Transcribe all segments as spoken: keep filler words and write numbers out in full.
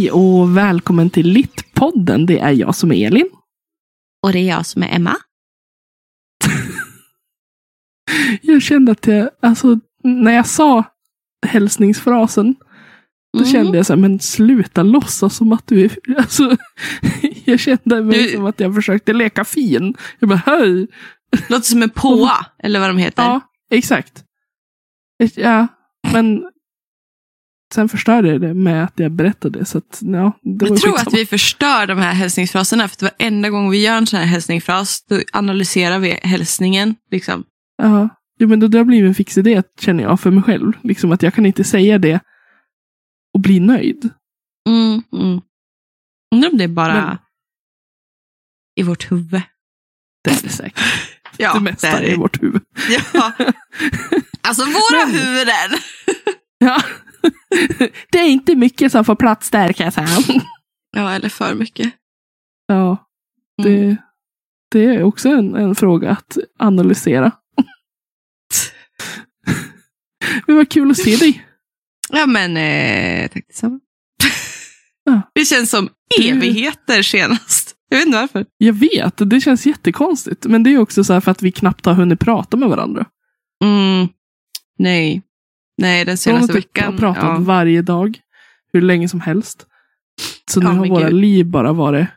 Hej och välkommen till Littpodden. Det är jag som är Elin. Och det är jag som är Emma. Jag kände att jag, alltså, när jag sa hälsningsfrasen, då mm. kände jag så här, men sluta låtsas som att du är, alltså, jag kände mig du... som att jag försökte leka fin. Jag bara, hej. Låter som en påa, eller vad de heter. Ja, exakt. Ja, men sen förstörde jag det med att jag berättade. Så att, ja, det jag tror skitsamma. att vi förstör de här hälsningsfraserna. För att varenda gång vi gör en sån här hälsningsfras, då analyserar vi hälsningen. Liksom. Ja, ja, men då det har blivit en fix idé, känner jag, för mig själv. Liksom att jag kan inte säga det och bli nöjd. Mm, mm. Undrar om det är bara men, i vårt huvud. Det är det säkert. Ja, det mesta det är, är i vårt huvud. Ja. Alltså våra men, huvuden. Ja. Det är inte mycket som får plats där, kan jag säga. Ja, eller för mycket. Ja, det, mm. det är också en, en fråga att analysera. Men vad kul att se dig. Ja, men eh, tack detsamma. Ja. Det känns som evigheter senast. Jag vet inte varför. Jag vet, det känns jättekonstigt. Men det är också så här för att vi knappt har hunnit prata med varandra. Mm. Nej. Nej, den senaste typ veckan. Vi har pratat ja. varje dag. Hur länge som helst. Så nu ja, har våra Gud. liv bara varit...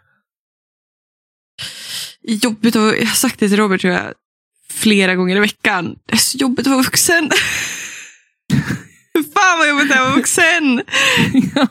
Jobbigt att, jag har sagt det till Robert tror jag, flera gånger i veckan. Det är så jobbigt att vara vuxen. Fan vad jobbigt att vara vuxen. Ja.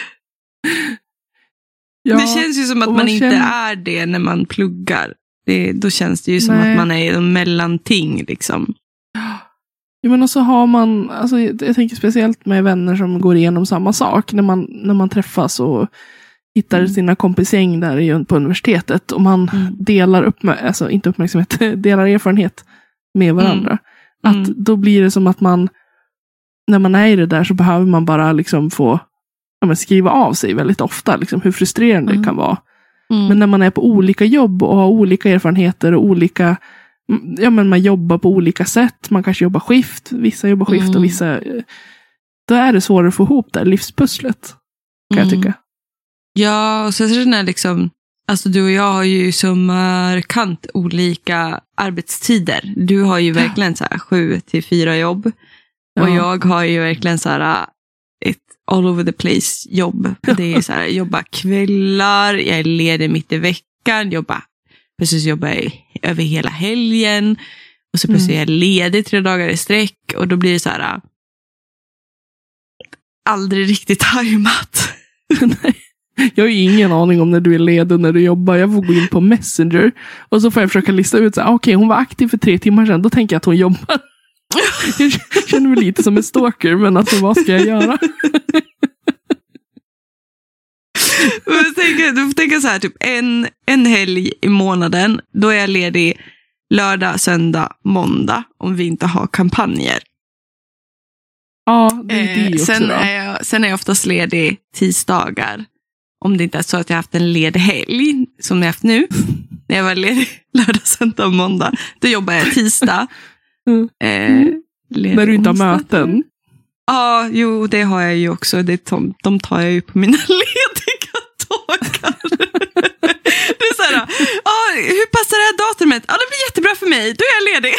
Ja, det känns ju som att man, man inte känner... är det när man pluggar. Det, då känns det ju som Nej. att man är en mellanting liksom. Ja, men och så har man, alltså, jag tänker speciellt med vänner som går igenom samma sak. När man, när man träffas och hittar mm. sina kompisgäng där på universitetet. Och man mm. delar upp, alltså inte uppmärksamhet, delar erfarenhet med varandra. Mm. Att då blir det som att man, när man är i det där så behöver man bara liksom få ja, men skriva av sig väldigt ofta. Liksom, hur frustrerande mm. det kan vara. Mm. Men när man är på olika jobb och har olika erfarenheter och olika... Ja, men man jobbar på olika sätt. Man kanske jobbar skift. Vissa jobbar skift mm. och vissa... Då är det svårare att få ihop det här livspusslet. Kan mm. jag tycka. Ja, och så är det den här liksom... Alltså du och jag har ju så markant olika arbetstider. Du har ju verkligen så här sju till fyra jobb. Ja. Och jag har ju verkligen så här ett all over the place jobb. Det är så här, jobba kvällar, jag är ledig mitt i veckan, jobba precis jobbar jag över hela helgen och så plötsligt mm. är jag ledig tre dagar i sträck och då blir det så här aldrig riktigt tajmat. Nej. Jag har ju ingen aning om när du är ledig och när du jobbar. Jag får gå in på Messenger och så får jag försöka lista ut så här, okej, okay, hon var aktiv för tre timmar sedan, då tänker jag att hon jobbar. Jag känner mig lite som en stalker, men alltså vad ska jag göra? Du får tänka så här, typ en, en helg i månaden, då är jag ledig lördag, söndag, måndag om vi inte har kampanjer. Ja, det är det också. Eh, sen, är jag, sen är jag oftast ledig tisdagar. Om det inte är så att jag har haft en ledig helg, som jag haft nu. När jag var ledig lördag, söndag och måndag, då jobbar jag tisdag. Mm. Eh, När du inte har möten. Ja, jo, det har jag ju också. Det, de, de tar jag ju på mina lediga dagar. Det är så här, ah, hur passar det här datumet? Ja, ah, det blir jättebra för mig. Då är jag ledig.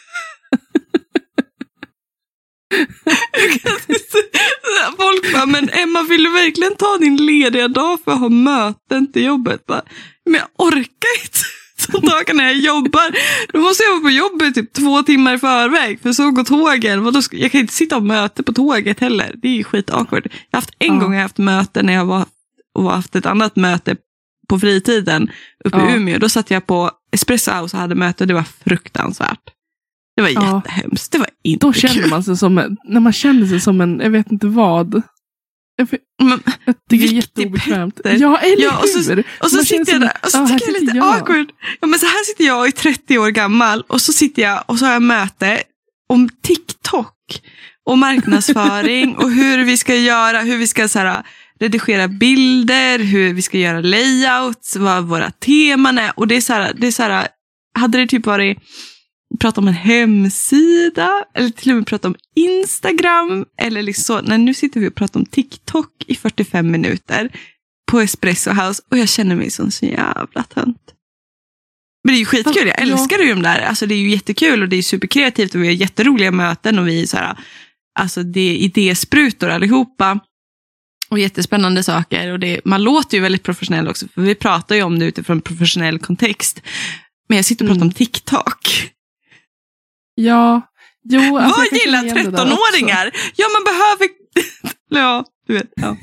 Folk bara, men Emma, vill du verkligen ta din lediga dag för att ha möten till jobbet? Bara, men jag orkar inte. Så dagar när jag jobbar, då måste jag vara på jobbet typ två timmar i förväg. För så går tågen. Jag kan inte sitta och möte på tåget heller. Det är ju skit awkward. Jag har haft en ja. gång jag har haft möte när jag var och haft ett annat möte på fritiden uppe ja. i Umeå. Då satt jag på Espresso House och hade möte. Det var fruktansvärt. Det var ja. jättehemskt. Det var inte Då känner man sig som en, när man känner sig som en, jag vet inte vad. Jag, men, jag tycker det är jätteobekvämt. Petter. Ja, eller ja, och så, hur? Och så man sitter jag där och så ah, tycker jag lite jag. awkward. Ja, men så här sitter jag och är trettio år gammal och så sitter jag och så har jag möte om TikTok och marknadsföring och hur vi ska göra, hur vi ska så här, redigera bilder, hur vi ska göra layouts, vad våra teman är. Och det är så här, det är så här, hade det typ varit prata om en hemsida eller till och med prata om Instagram eller liksom så. Nej, nu sitter vi och pratar om TikTok i fyrtiofem minuter. på Espresso House och jag känner mig som så jävla tönt. Men det är ju skitkul, jag älskar ju de där. Alltså det är ju jättekul och det är superkreativt och vi har jätteroliga möten och vi är så här, alltså det är idésprutor allihopa och jättespännande saker och det, man låter ju väldigt professionell också för vi pratar ju om det utifrån professionell kontext. Men jag sitter och pratar mm. om TikTok. Ja, jo. Alltså vad gillar tretton-åringar? Ja, man behöver... ja, du vet. Ja.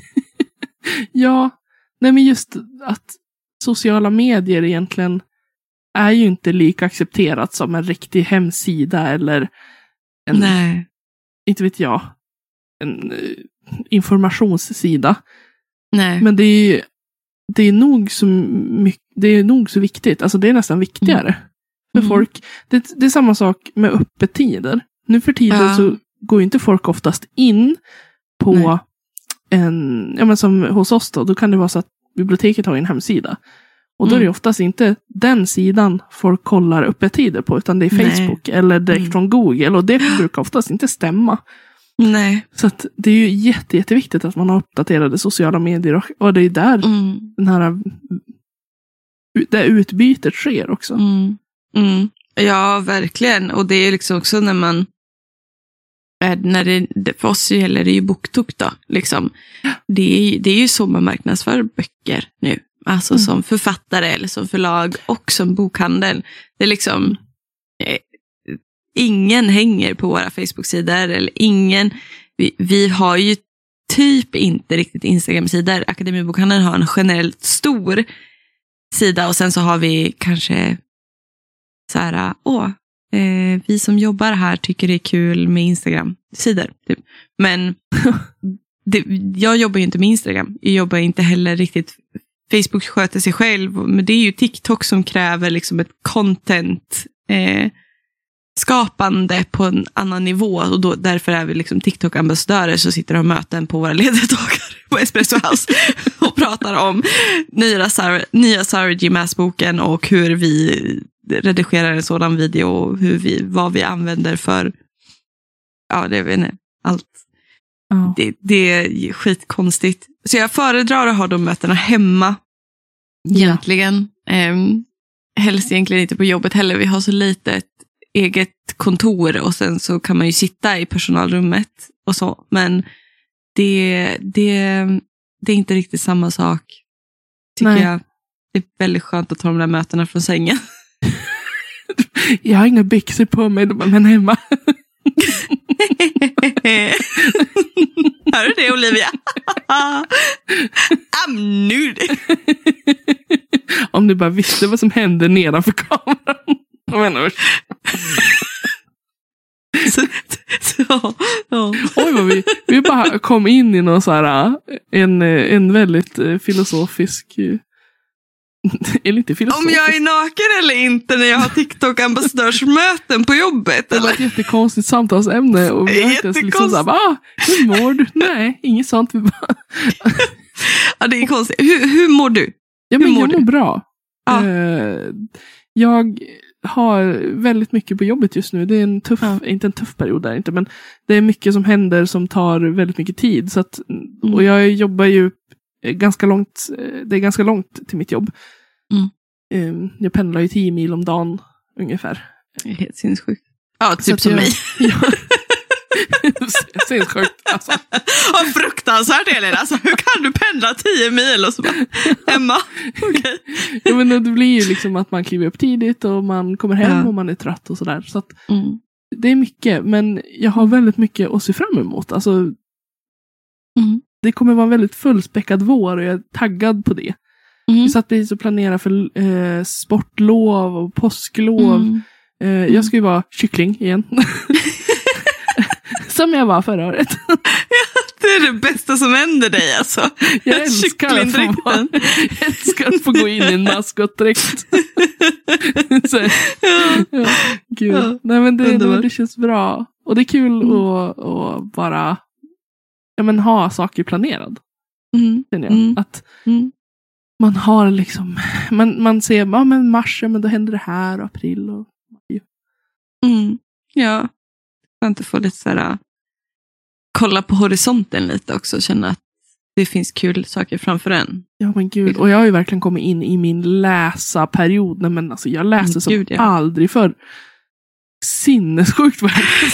ja, nej men just att sociala medier egentligen är ju inte lika accepterat som en riktig hemsida eller en, nej. inte vet jag, en uh, informationssida. Nej. Men det är det är nog så mycket, det är nog så viktigt. Alltså det är nästan viktigare. Mm. För mm. folk, det, det är samma sak med öppettider. Nu för tiden ja. så går inte folk oftast in på Nej. en, ja men som hos oss då, då kan det vara så att biblioteket har en hemsida. Och då mm. är det oftast inte den sidan folk kollar öppettider på, utan det är Facebook Nej. eller direkt mm. från Google. Och det brukar oftast inte stämma. Nej. Så att det är ju jätte, jätteviktigt att man har uppdaterade sociala medier. Och, och det är där mm. den här där utbytet sker också. Mm. Mm. Ja, verkligen. Och det är liksom också när man när det, för oss gäller det ju BookTok då. Liksom. Det, är, det är ju så man marknadsför böcker nu. Alltså mm. som författare eller som förlag och som bokhandel. Det är liksom eh, ingen hänger på våra Facebook-sidor eller ingen, vi, vi har ju typ inte riktigt Instagram-sidor. Akademibokhandeln har en generellt stor sida och sen så har vi kanske så här, åh, eh, vi som jobbar här tycker det är kul med Instagram-sidor. Typ. Men det, jag jobbar ju inte med Instagram. Jag jobbar inte heller riktigt, Facebook sköter sig själv, men det är ju TikTok som kräver liksom ett content eh, skapande på en annan nivå och då, därför är vi liksom TikTok-ambassadörer så sitter de möten på våra ledardagar på Espresso House och pratar om nya, Sarah, nya Sarah J. Maas-boken och hur vi redigerar en sådan video och hur vi, vad vi använder för ja, det vet inte, allt. Oh. Det, det är skitkonstigt. Så jag föredrar att ha de mötena hemma egentligen. Yeah. Um, helst egentligen inte på jobbet heller. Vi har så litet eget kontor och sen så kan man ju sitta i personalrummet och så. Men det, det, det är inte riktigt samma sak. Tycker Nej. jag. Det är väldigt skönt att ta de där mötena från sängen. Jag har inga byxor på mig, men hemma. Hör du det, Olivia? I'm nude. Om du bara visste vad som hände nedanför kameran. Jag menar. så, så, ja. Oj, vad vi, vi bara kom in i någon så här, en, en väldigt filosofisk... Eller inte filosofisk. Om jag är naken eller inte när jag har TikTok-ambassadörsmöten på jobbet. Det var ett jättekonstigt samtalsämne. Och vi har inte ens liksom såhär, ah, hur mår du? Nej, inget sånt. Vi bara... ja, det är konstigt. Hur, hur mår du? Ja, men hur mår jag mår du? bra. Ja. Uh, jag har väldigt mycket på jobbet just nu. Det är en tuff, ja. inte en tuff period där inte, men det är mycket som händer som tar väldigt mycket tid. Så att, mm. Och jag jobbar ju ganska långt, det är ganska långt till mitt jobb. Mm. Jag pendlar ju tio mil om dagen ungefär. Det är helt sinnessjukt. Ja, typ som jag, mig. Ja. Sinnessjukt. Alltså. Ja, fruktansvärt Elin. Alltså, hur kan du pendla tio mil och så bara, Emma? Okay. Ja, men det blir ju liksom att man kliver upp tidigt och man kommer hem ja. och man är trött och sådär. Så att mm. det är mycket, men jag har väldigt mycket att se fram emot. Alltså, mm. det kommer vara en väldigt fullspäckad vår och jag är taggad på det. Mm. Vi satt precis och planerade för eh, sportlov och påsklov. Mm. Eh, mm. Jag ska ju vara kyckling igen. Som jag var förra året. Ja, det är det bästa som händer dig alltså. Jag älskar, att få, vara, jag älskar att få gå in i en maskotdräkt. Så, ja. Ja, gud. Ja, Nej, men det, det, det känns bra. Och det är kul mm. att, att bara ja, men, ha saker planerad. Mm. Jag. Mm. Att mm. man har liksom, man, man ser, ja men mars, ja, men då händer det här, och april och maj. Mm. Ja, jag inte få lite sådär, kolla på horisonten lite också, känna att det finns kul saker framför en. Ja men gud, och jag har ju verkligen kommit in i min läsa-period. Nej, men alltså jag läste mm, som gud, ja. aldrig förr. Sinnessjukt verkligen.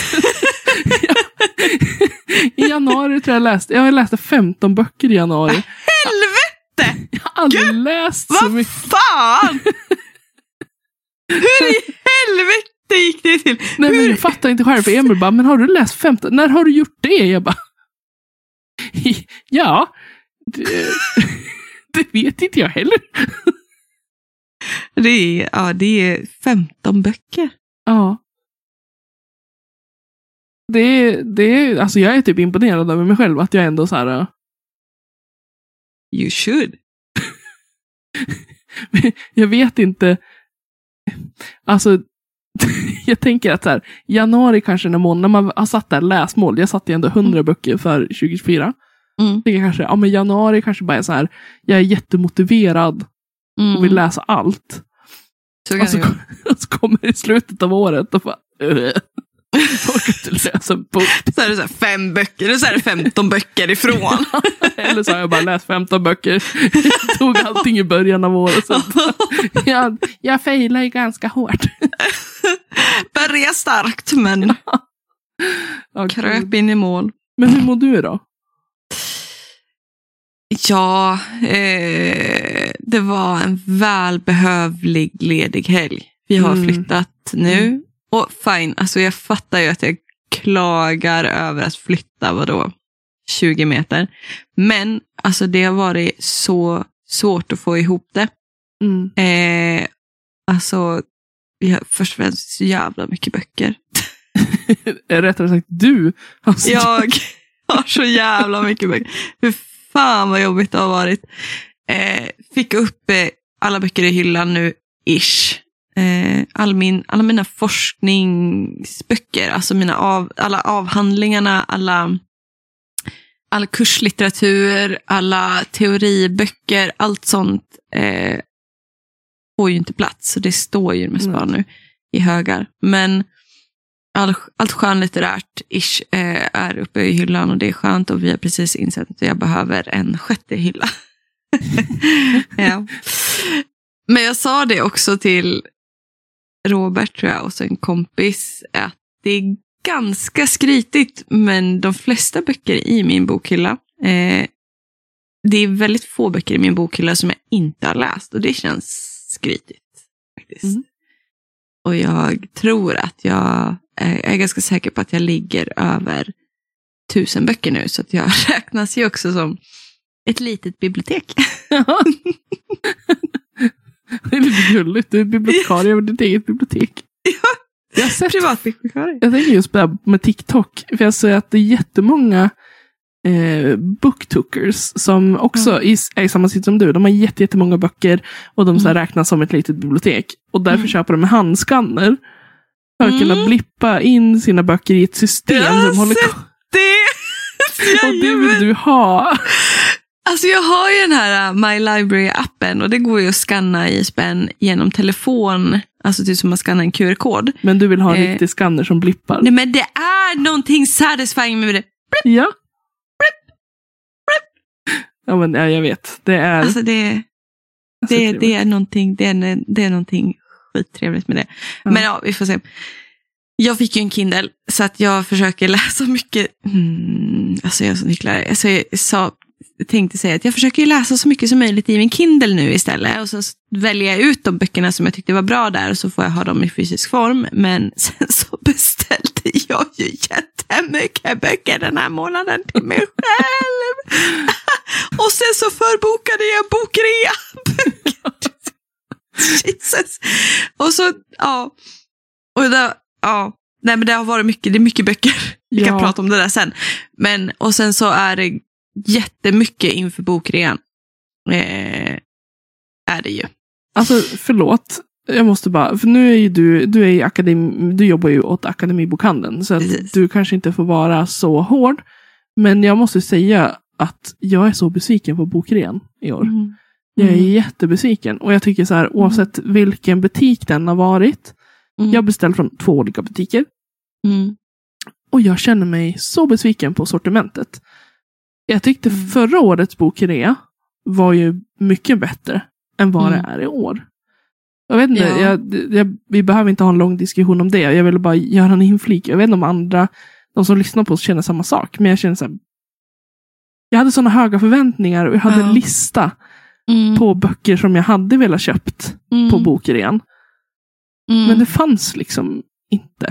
I januari tror jag läste, jag läste femton böcker i januari. Helvete! Jag har aldrig gud, läst så mycket. Vad fan? Hur i helvete gick det till? Nej Hur? men jag fattar inte själv, för Emil bara, men har du läst femton? När har du gjort det? Jag bara, ja, det, det vet inte jag heller. Det är, ja, det är femton böcker. Ja. Det är, det är, alltså jag är typ imponerad över mig själv att jag ändå så här. Uh... You should. Jag vet inte. Alltså, jag tänker att så här, januari kanske när man, när man har satt där läsmål, jag satt ju ändå hundra mm. böcker för tjugo tjugofyra. Mm. Jag kanske, ja men januari kanske bara är så här, jag är jättemotiverad mm. och vill läsa allt. Så och, så, och så kommer det i slutet av året och bara, uh, jag orkar inte läsa en bok. Så är det så här fem böcker, och så är det femton böcker ifrån. Eller så har jag bara läst femton böcker. Jag tog allting i början av året. Så jag, jag failade ju ganska hårt. Börja starkt, men okay. Kröp in i mål. Men hur mår du då? Ja, eh, det var en välbehövlig ledig helg. Vi har mm. flyttat nu. Mm. Och fine, alltså jag fattar ju att jag klagar över att flytta, vadå, tjugo meter. Men alltså det har varit så svårt att få ihop det. Mm. Eh, alltså, vi har först och främst så jävla mycket böcker. Rättare sagt, du har så Jag har så jävla mycket böcker. Hur fan vad jobbigt det har varit. Eh, fick upp eh, alla böcker i hyllan nu, ish. Eh, all min, alla mina forskningsböcker, alltså mina av, alla avhandlingarna, alla, all kurslitteratur, alla teoriböcker, allt sånt eh, får ju inte plats. Så det står ju mest bara nu i högar. Men all, allt skönlitterärt ish, eh, är uppe i hyllan och det är skönt, och vi har precis insett att jag behöver en sjätte hylla. Ja. Men jag sa det också till Robert, tror jag, och så en kompis, att det är ganska skrytigt, men de flesta böcker i min bokhylla, eh, det är väldigt få böcker i min bokhylla som jag inte har läst, och det känns skrytigt faktiskt. Mm. Och jag tror att jag, eh, jag är ganska säker på att jag ligger över tusen böcker nu, så att jag räknas ju också som ett litet bibliotek. Det är lite gulligt. Du är bibliotekarie över ditt eget bibliotek. Ja, jag har sett, privatbibliotekarie. Jag tänker just på det här med TikTok. För jag ser att det är jättemånga eh, booktookers som också mm. är, är i samma sitt som du. De har jätte, jättemånga böcker och de så här, räknas som ett litet bibliotek. Och därför mm. köper de en handskanner för att mm. kunna blippa in sina böcker i ett system. Jag har som håller sett det! Och det vill du ha. Alltså jag har ju den här My Library-appen, och det går ju att scanna i spänn genom telefon, alltså typ som man scannar en Q R-kod. Men du vill ha en eh, riktig scanner som blippar? Nej, men det är någonting satisfying med det. Blip, ja. Blip, blip. Ja, men ja, jag vet. Det är... Alltså det, det, det, är någonting, det, är, det är någonting skittrevligt med det. Ja. Men ja, vi får se. Jag fick ju en Kindle, så att jag försöker läsa mycket. Mm, alltså jag är så nycklare. Alltså jag sa... Jag tänkte säga att jag försöker läsa så mycket som möjligt i min Kindle nu istället. Och så väljer jag ut de böckerna som jag tyckte var bra där, och så får jag ha dem i fysisk form. Men sen så beställde jag ju jättemycket böcker den här månaden till mig själv. Och sen så förbokade jag bokrea. Jesus. Och så, ja. Och då, ja. Nej, men det har varit mycket, det är mycket böcker. Vi kan ja. prata om det där sen. Men, och sen så är det jättemycket inför bokrean. Eh, är det ju. Alltså, förlåt. Jag måste bara, för nu är ju du, du är i akademi, du jobbar ju åt Akademibokhandeln, så att du kanske inte får vara så hård. Men jag måste säga att jag är så besviken på bokrean i år. Mm. Jag är mm. jättebesviken. Och jag tycker så här, oavsett mm. vilken butik den har varit. Mm. Jag beställt från två olika butiker. Mm. Och jag känner mig så besviken på sortimentet. Jag tyckte Mm. förra årets bokrea var ju mycket bättre än vad Mm. det är i år. Jag vet inte, Ja. jag, jag, vi behöver inte ha en lång diskussion om det. Jag vill bara göra en inflik. Jag vet inte om andra, de som lyssnar på oss känner samma sak. Men jag känner så här, jag hade sådana höga förväntningar och jag hade Ja. en lista Mm. på böcker som jag hade velat köpt Mm. på bokrean. Mm. Men det fanns liksom inte.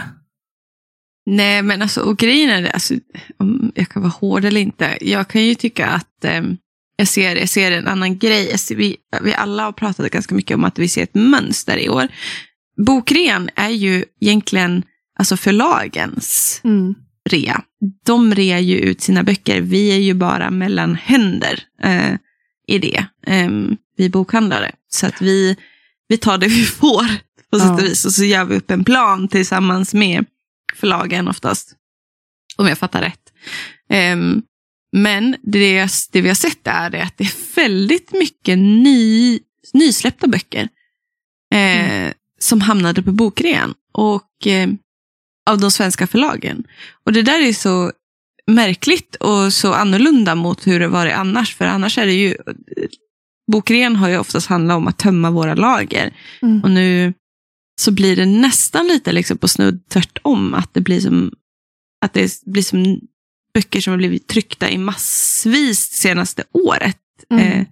Nej, men alltså, och grejen är det, alltså, om jag kan vara hård eller inte. Jag kan ju tycka att eh, jag, ser, jag ser en annan grej. Jag ser, vi, vi alla har pratat ganska mycket om att vi ser ett mönster i år. Bokrean är ju egentligen alltså förlagens Mm. rea. De rear ju ut sina böcker. Vi är ju bara mellan händer eh, i det. Eh, vi bokhandlare. Så att vi, vi tar det vi får på sätt och Ja. vis. Och så gör vi upp en plan tillsammans med förlagen oftast. Om jag fattar rätt. Um, men det, det vi har sett är det att det är väldigt mycket ny, nysläppta böcker. Eh, mm. Som hamnade på bokrean. Och eh, av de svenska förlagen. Och det där är så märkligt och så annorlunda mot hur det var det annars. För annars är det ju, bokrean har ju oftast handlat om att tömma våra lager. Mm. Och nu så blir det nästan lite liksom på snudd tvärtom. Att det blir som, att det blir som böcker som har blivit tryckta i massvis senaste året. Mm. Eh,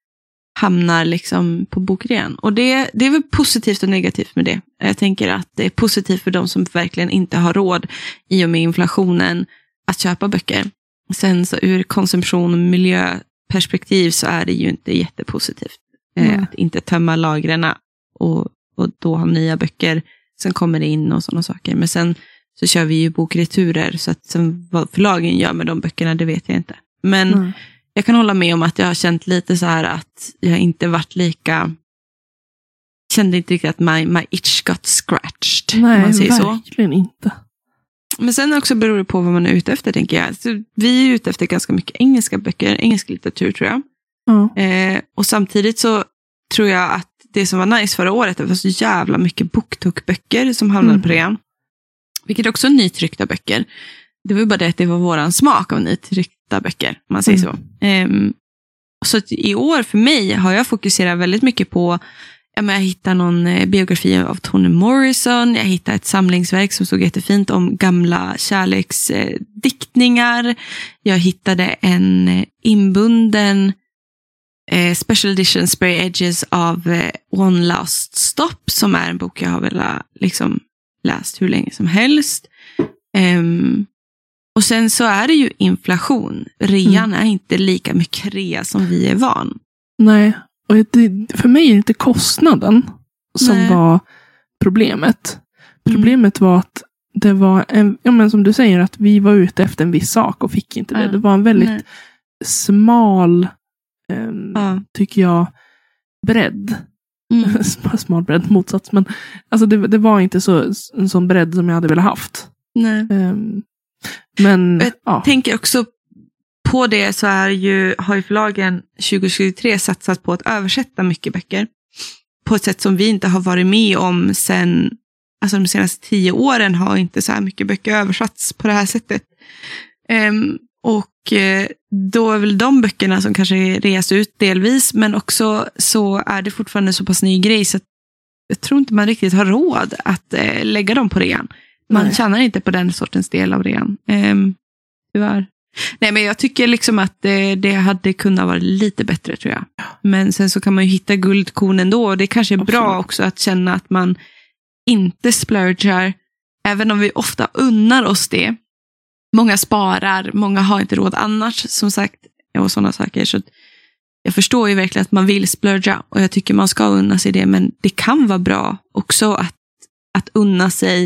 hamnar liksom på bokrean. Och det, det är väl positivt och negativt med det. Jag tänker att det är positivt för de som verkligen inte har råd i och med inflationen att köpa böcker. Sen så ur konsumtion och miljöperspektiv så är det ju inte jättepositivt. Mm. Eh, att inte tömma lagren och, och då ha nya böcker. Sen kommer det in och sådana saker. Men sen så kör vi ju bokreturer. Så att sen vad förlagen gör med de böckerna, det vet jag inte. Men mm. jag kan hålla med om att jag har känt lite så här att jag inte varit lika, kände inte riktigt att my, my itch got scratched. Nej, om man säger verkligen så. inte. Men sen också beror det på vad man är ute efter, tänker jag. Så vi är ute efter ganska mycket engelska böcker, engelsk litteratur tror jag. Ja. Eh, och samtidigt så tror jag att det som var nice förra året, det var så jävla mycket BookTok-böcker som hamnade mm. på rean. Vilket också är nytryckta böcker. Det var bara det att det var våran smak av nytryckta böcker, om man säger mm. så. Um, så att i år för mig har jag fokuserat väldigt mycket på, ja, men jag hittade någon eh, biografi av Toni Morrison, jag hittade ett samlingsverk som såg jättefint om gamla kärleksdiktningar. Eh, jag hittade en eh, inbunden eh, special edition Spray Edges av eh, One Last Stop, som är en bok jag har väl liksom läst hur länge som helst. Um, och sen så är det ju inflation. Rean mm. är inte lika mycket rea som vi är van. Nej, och det, för mig är det inte kostnaden som Nej. var problemet. Problemet mm. var att det var en, ja, men som du säger, att vi var ute efter en viss sak och fick inte det. Ja. Det var en väldigt Nej. smal um, ja. tycker jag bredd. Mm. Smal bredd, motsats. Men alltså det, det var inte så, en sån bredd som jag hade velat haft. Nej. Um, men jag ja. tänker också på det, så är ju, har ju förlagen tjugo tjugotre satsat på att översätta mycket böcker. På ett sätt som vi inte har varit med om sen, alltså de senaste tio åren har inte så här mycket böcker översatts på det här sättet. Um, och då är väl de böckerna som kanske reas ut delvis, men också så är det fortfarande så pass ny grej så att jag tror inte man riktigt har råd att eh, lägga dem på rean. Man Nej. tjänar inte på den sortens del av rean. Um, tyvärr. Nej, men jag tycker liksom att det, det hade kunnat vara lite bättre, tror jag. Men sen så kan man ju hitta guldkorn ändå, och det kanske är Absolut. bra också att känna att man inte splurgar, även om vi ofta unnar oss det. Många sparar, många har inte råd annars, som sagt, och sådana saker. Så jag förstår ju verkligen att man vill splurga, och jag tycker man ska unna sig det, men det kan vara bra också att, att unna sig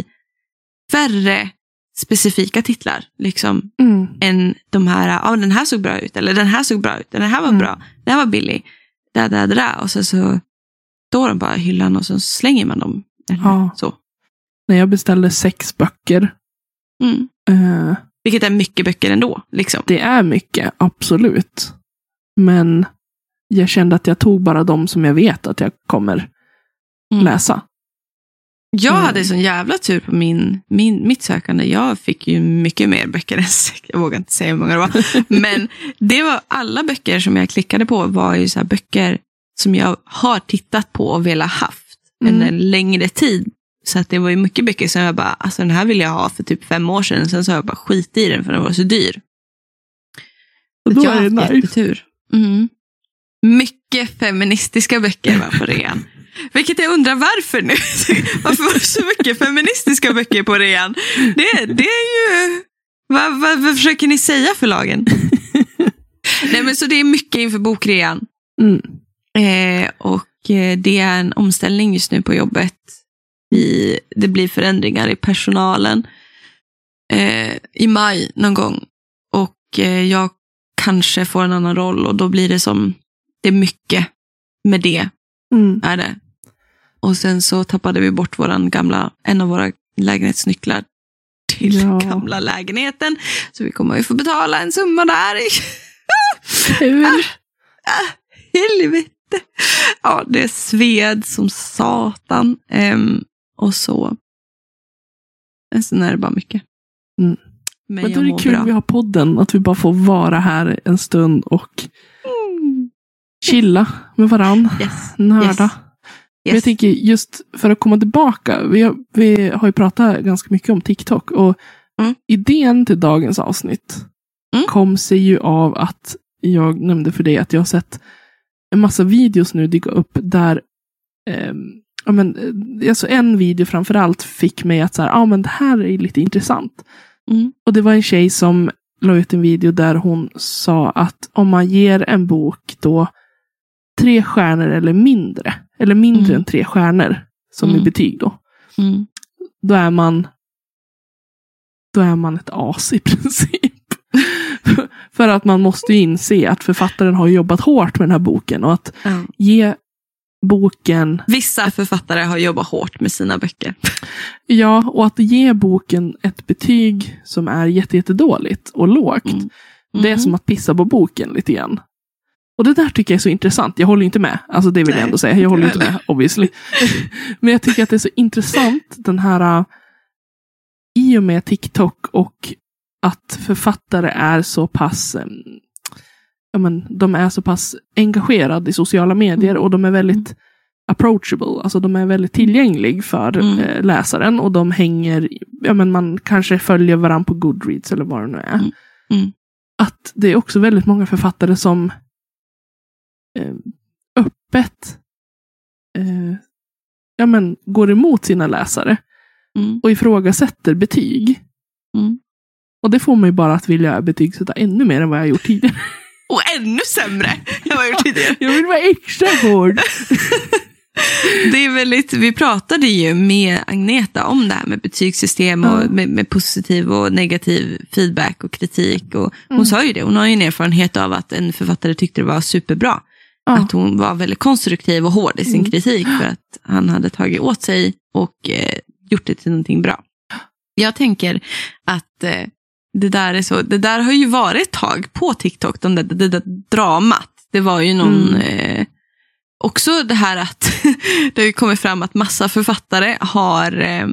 färre specifika titlar, liksom, mm. än de här, ja, ah, den här såg bra ut, eller den här såg bra ut, den här var mm. bra, den här var billig, där, där, där, och så, så står de bara i hyllan och så slänger man dem. Ja. Så. När jag beställde sex böcker. Mm. Uh, Vilket är mycket böcker ändå, liksom. Det är mycket, absolut. Men jag kände att jag tog bara de som jag vet att jag kommer mm. läsa. Jag Mm. hade sån jävla tur på min, min, mitt sökande. Jag fick ju mycket mer böcker än jag vågar inte säga hur många det var. Men det var alla böcker som jag klickade på var ju så här böcker som jag har tittat på och velat haft Mm. en längre tid. Så att det var ju mycket böcker som jag bara, alltså den här vill jag ha för typ fem år sedan. Sen så har jag bara skit i den för den var så dyr. Och Så då jag har är det haft nice. jättetur. Mm. Mycket feministiska böcker var på rean. Vilket jag undrar varför nu. Varför var det så mycket feministiska böcker på rean? Det, det är ju... Vad, vad, vad försöker ni säga för lagen? Nej, men så det är mycket inför bokrean. Mm. Eh, och eh, det är en omställning just nu på jobbet. I, det blir förändringar i personalen. Eh, I maj någon gång. Och eh, jag kanske får en annan roll. Och då blir det som... Det är mycket med det. Mm. Är det. Och sen så tappade vi bort våran gamla, en av våra lägenhetsnycklar till Ja. gamla lägenheten. Så vi kommer ju få betala en summa där. Hur? ah, ah, helvete. Ja, det är sved som satan. Um, och så. Sen är det bara mycket. Mm. Men, Men då jag är det mår kul bra. att vi har podden. Att vi bara får vara här en stund och Mm. chilla med varann. Yes. Nörda. Yes. Men jag tänker just för att komma tillbaka. Vi har, vi har ju pratat ganska mycket om TikTok. Och Mm. idén till dagens avsnitt Mm. kom sig ju av att jag nämnde för dig att jag har sett en massa videos nu dyka upp där eh, ja, men, eh, alltså en video framförallt fick mig att säga, ja ah, men det här är lite intressant. Mm. Och det var en tjej som la ut en video där hon sa att om man ger en bok då tre stjärnor eller mindre, eller mindre Mm. än tre stjärnor som Mm. i betyg då, Mm. då är man då är man ett as i princip. För att man måste ju inse att författaren har jobbat hårt med den här boken och att Ja. ge boken, Vissa författare har jobbat hårt med sina böcker. ja, och att ge boken ett betyg som är jätte, jätte dåligt och lågt. Mm. Det är som att pissa på boken lite grann. Och det där tycker jag är så intressant. Jag håller inte med. Alltså det vill Nej, jag ändå säga. Jag håller inte heller. med, obviously. Men jag tycker att det är så intressant den här uh, i och med TikTok och att författare är så pass um, ja, men, de är så pass engagerade i sociala medier Mm. och de är väldigt approachable. Alltså de är väldigt tillgängliga för Mm. eh, läsaren och de hänger, ja men man kanske följer varandra på Goodreads eller vad det nu är. Mm. Mm. Att det är också väldigt många författare som eh, öppet eh, ja, men, går emot sina läsare Mm. och ifrågasätter betyg. Mm. Och det får mig bara att vilja betygsätta ännu mer än vad jag har gjort tidigare. Och ännu sämre än vad jag gjort tidigare. Jag vill vara extra hård. Det är väldigt, vi pratade ju med Agneta om det här med betygssystem och Ja. med, med positiv och negativ feedback och kritik. Och hon Mm. sa ju det, hon har ju en erfarenhet av att en författare tyckte det var superbra. Ja. Att hon var väldigt konstruktiv och hård i sin Mm. kritik för att han hade tagit åt sig och eh, gjort det till någonting bra. Jag tänker att eh, det där är så, det där har ju varit ett tag på TikTok, det där, det där dramat. Det var ju någon, Mm. eh, också det här att det har ju kommit fram att massa författare har eh,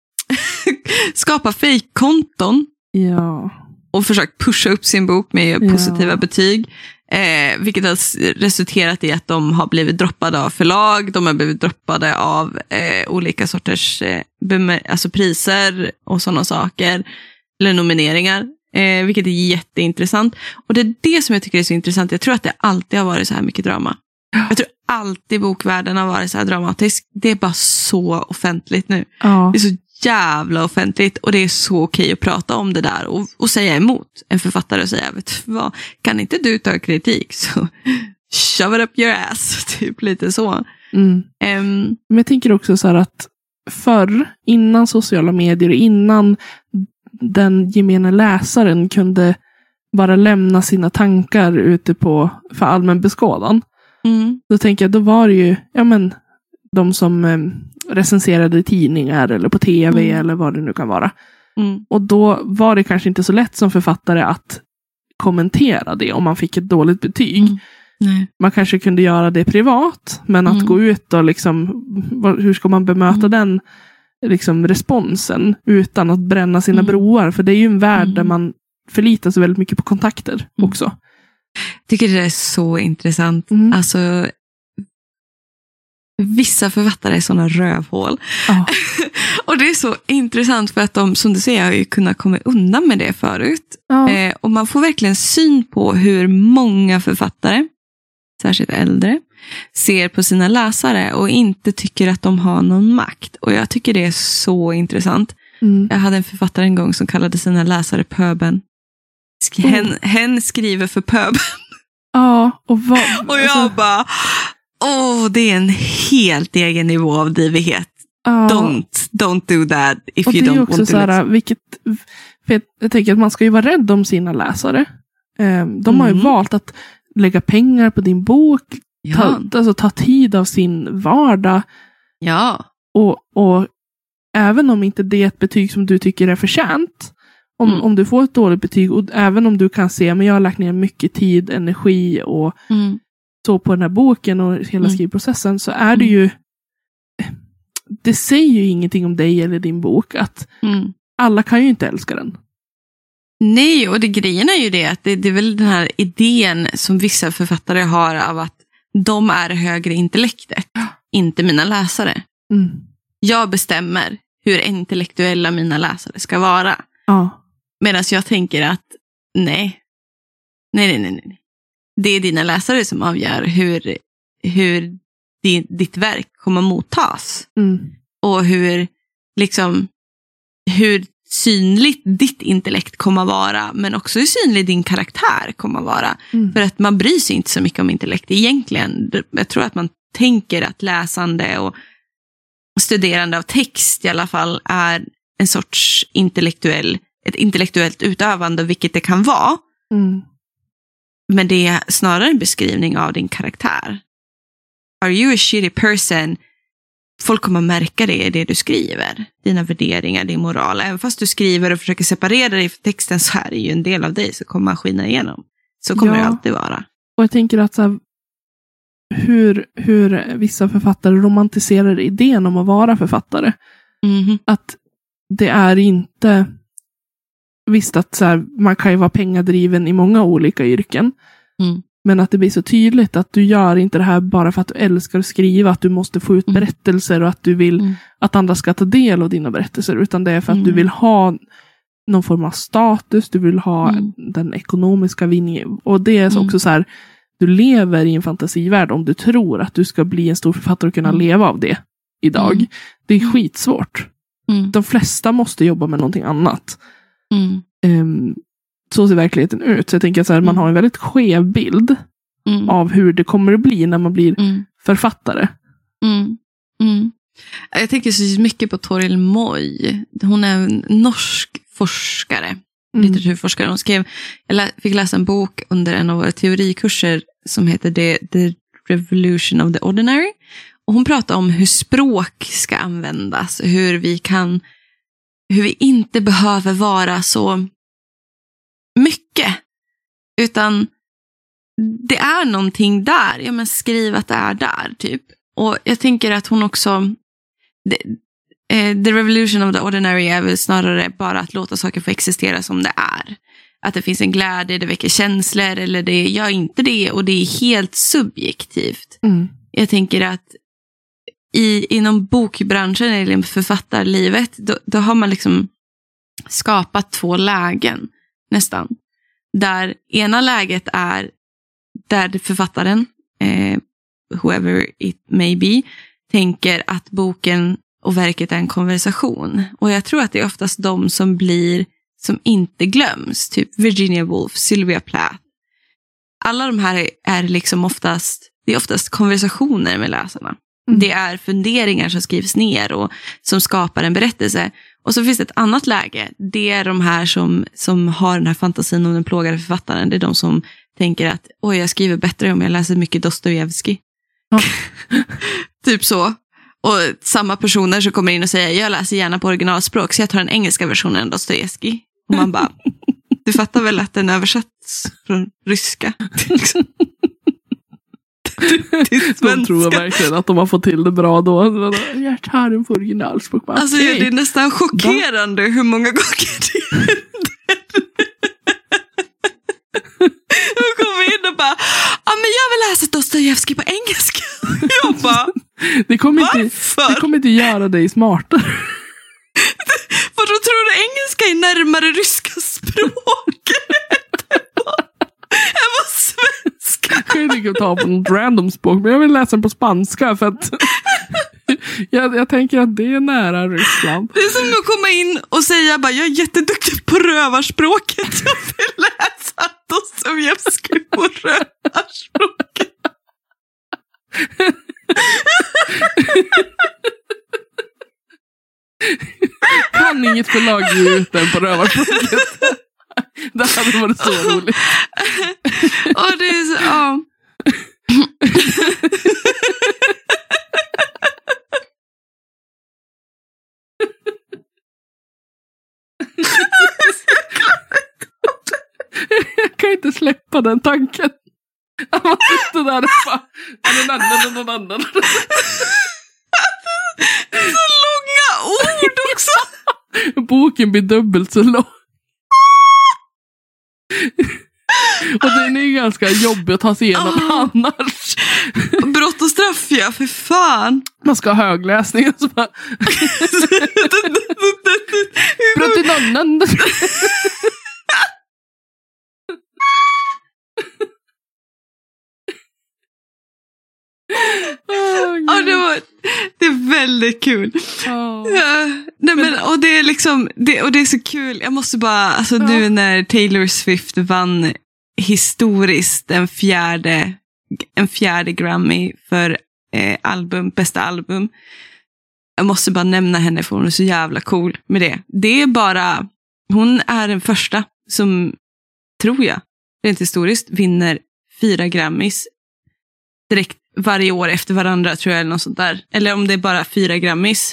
skapat fejkkonton Ja. och försökt pusha upp sin bok med Ja. positiva betyg. Eh, vilket har s- resulterat i att de har blivit droppade av förlag, de har blivit droppade av eh, olika sorters eh, bemär- alltså priser och sådana saker, eller nomineringar, eh, vilket är jätteintressant. Och det är det som jag tycker är så intressant. Jag tror att det alltid har varit så här mycket drama. Jag tror alltid bokvärlden har varit så här dramatisk. Det är bara så offentligt nu. Ja. Det är så jävla offentligt och det är så okej att prata om det där och, och säga emot en författare och säga, vet du vad, kan inte du ta kritik så shove it up your ass, typ lite så. Mm. Um, Men jag tänker också så här att förr, innan sociala medier, innan den gemene läsaren kunde bara lämna sina tankar ute på för allmän beskådan. mm, Då tänker jag, då var det ju, ja men, de som eh, recenserade i tidningar eller på tv Mm. eller vad det nu kan vara. mm, Och då var det kanske inte så lätt som författare att kommentera det om man fick ett dåligt betyg. Mm. nej. Man kanske kunde göra det privat, men att Mm. gå ut och liksom, vad- hur ska man bemöta Mm. den liksom responsen utan att bränna sina Mm. broar. För det är ju en värld Mm. där man förlitar sig väldigt mycket på kontakter Mm. också. tycker det är så intressant. Mm. Alltså, vissa författare är sådana rövhål. Ja. Och det är så intressant för att de, som du säger, har ju kunnat komma undan med det förut. Ja. Eh, och man får verkligen syn på hur många författare, särskilt äldre, ser på sina läsare och inte tycker att de har någon makt. Och jag tycker det är så intressant. Mm. Jag hade en författare en gång som kallade sina läsare pöben. Sk- Mm. hen, hen skriver för pöben. Ja, och vad... Och jag alltså, bara, åh, det är en helt egen nivå av divighet. ja. Don't, don't do that if Och you det är don't också want to. så här, Liksom. vilket, för jag, jag tänker att man ska ju vara rädd om sina läsare. Eh, de har ju Mm. valt att lägga pengar på din bok, Ja, ta, alltså, ta tid av sin vardag. ja. Och, och även om inte det är ett betyg som du tycker är förtjänt, om, Mm. om du får ett dåligt betyg, och även om du kan se, men jag har lagt ner mycket tid, energi och Mm. så på den här boken och hela Mm. skrivprocessen, så är det Mm. ju, det säger ju ingenting om dig eller din bok, att Mm. alla kan ju inte älska den. Nej, och det grejen är ju det att det, det är väl den här idén som vissa författare har av att de är högre intellektet, inte mina läsare. Mm. Jag bestämmer hur intellektuella mina läsare ska vara. Ja. Medan jag tänker att nej. nej, nej, nej, nej. Det är dina läsare som avgör hur, hur din, ditt verk kommer mottas. Mm. Och hur, liksom, hur synligt ditt intellekt kommer vara, men också hur synlig din karaktär kommer vara. Mm. För att man bryr sig inte så mycket om intellekt egentligen. Jag tror att man tänker att läsande och studerande av text i alla fall är en sorts intellektuell, ett intellektuellt utövande, vilket det kan vara. Mm. Men det är snarare en beskrivning av din karaktär. Are you a shitty person? Folk kommer märka det i det du skriver. Dina värderingar, din moral. Även fast du skriver och försöker separera dig från texten, så är det ju en del av dig som kommer man skina igenom. Så kommer Ja. det alltid vara. Och jag tänker att så här, hur, hur vissa författare romantiserar idén om att vara författare. Mhm. Att det är inte, visst att så här, man kan ju vara pengadriven i många olika yrken. Mm. Men att det blir så tydligt att du gör inte det här bara för att du älskar att skriva, att du måste få ut Mm. berättelser och att du vill Mm. att andra ska ta del av dina berättelser, utan det är för att Mm. du vill ha någon form av status, du vill ha Mm. den ekonomiska vinningen. Och det är så Mm. också så här, du lever i en fantasivärld om du tror att du ska bli en stor författare och kunna Mm. leva av det idag. Mm. Det är skitsvårt. Mm. De flesta måste jobba med någonting annat. Mm. Um, så ser verkligheten ut. Så jag tänker att så här, man Mm. har en väldigt skev bild Mm. av hur det kommer att bli när man blir Mm. författare. Mm. Mm. Jag tänker så mycket på Toril Moi. Hon är en norsk forskare, Mm. litteraturforskare. Hon skrev, jag lä- fick läsa en bok under en av våra teorikurser som heter The, The Revolution of the Ordinary. Och hon pratar om hur språk ska användas, hur vi kan, hur vi inte behöver vara så mycket, utan det är någonting där. Ja, men skriv att det är där, typ. Och jag tänker att hon också, the, eh, the revolution of the ordinary är väl snarare bara att låta saker få existera som det är. Att det finns en glädje, det väcker känslor, eller det gör inte det, och det är helt subjektivt. Mm. Jag tänker att i, inom bokbranschen eller författarlivet, då, då har man liksom skapat två lägen nästan. Där ena läget är där författaren, eh, whoever it may be, tänker att boken och verket är en konversation. Och jag tror att det är oftast de som blir, som inte glöms. Typ Virginia Woolf, Sylvia Plath. Alla de här är liksom oftast, det är oftast konversationer med läsarna. Mm. Det är funderingar som skrivs ner och som skapar en berättelse. Och så finns det ett annat läge. Det är de här som, som har den här fantasin om den plågade författaren. Det är de som tänker att oj, jag skriver bättre om jag läser mycket Dostojevskij. Ja. Typ så. Och samma personer som kommer in och säger jag läser gärna på originalspråk, så jag tar den engelska versionen av Dostojevskij. Och man bara, du fattar väl att den översatts från ryska? till svenska. De tror jag verkligen att de har fått till det bra då. Jag tar den på originalspråk. Alltså okay. Det är nästan chockerande Va? hur många gånger det händer. De kommer in och bara, ja men jag vill läsa Dostojevskij på engelska. Jag bara, det kommer inte, det kommer inte göra dig smartare. För då tror du engelska är närmare ryska språket än vad svenska. Jag kan inte ta på något random språk, men jag vill läsa på spanska för att jag, jag tänker att det är nära Ryssland. Det är som att komma in och säga bara, jag är jätteduktig på rövarspråket. Jag vill läsa Dostojevskij på rövarspråket. Kan inget förlag ge ut den på rövarspråket. Det hade varit så roligt. Och det är så, ja. Jag kan inte släppa den tanken. Jag måste sitta där och bara det är så långa ord också. Boken blir dubbelt så lång. Och den är ganska jobbig att ta sig igenom oh. annars. Brott och straff, ja, för fan. Man ska ha högläsning och så bara brott i nannen. Oh, ja, det, var, det är väldigt kul. Oh. Ja, nej, men, och det är liksom det, och det är så kul. Jag måste bara, alltså ja. Nu när Taylor Swift vann historiskt en fjärde en fjärde Grammy för eh, album, bästa album. Jag måste bara nämna henne för hon är så jävla cool med det. Det är bara, hon är den första som, tror jag, rent historiskt vinner fyra Grammys direkt varje år efter varandra, tror jag, eller något sånt där. Eller om det är bara fyra Grammys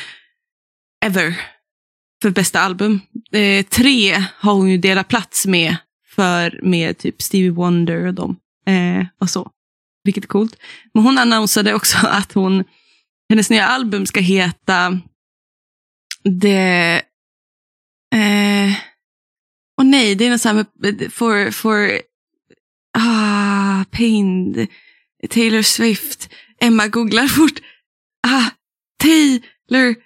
ever för bästa album. Eh, tre har hon ju delat plats med för med typ Stevie Wonder och dem. Eh, och så. Vilket är coolt. Men hon annonsade också att hon, hennes nya album ska heta det eh, och nej, det är något så här med, for, for ah, pain Taylor Swift. Emma googlar fort. Ah, Taylor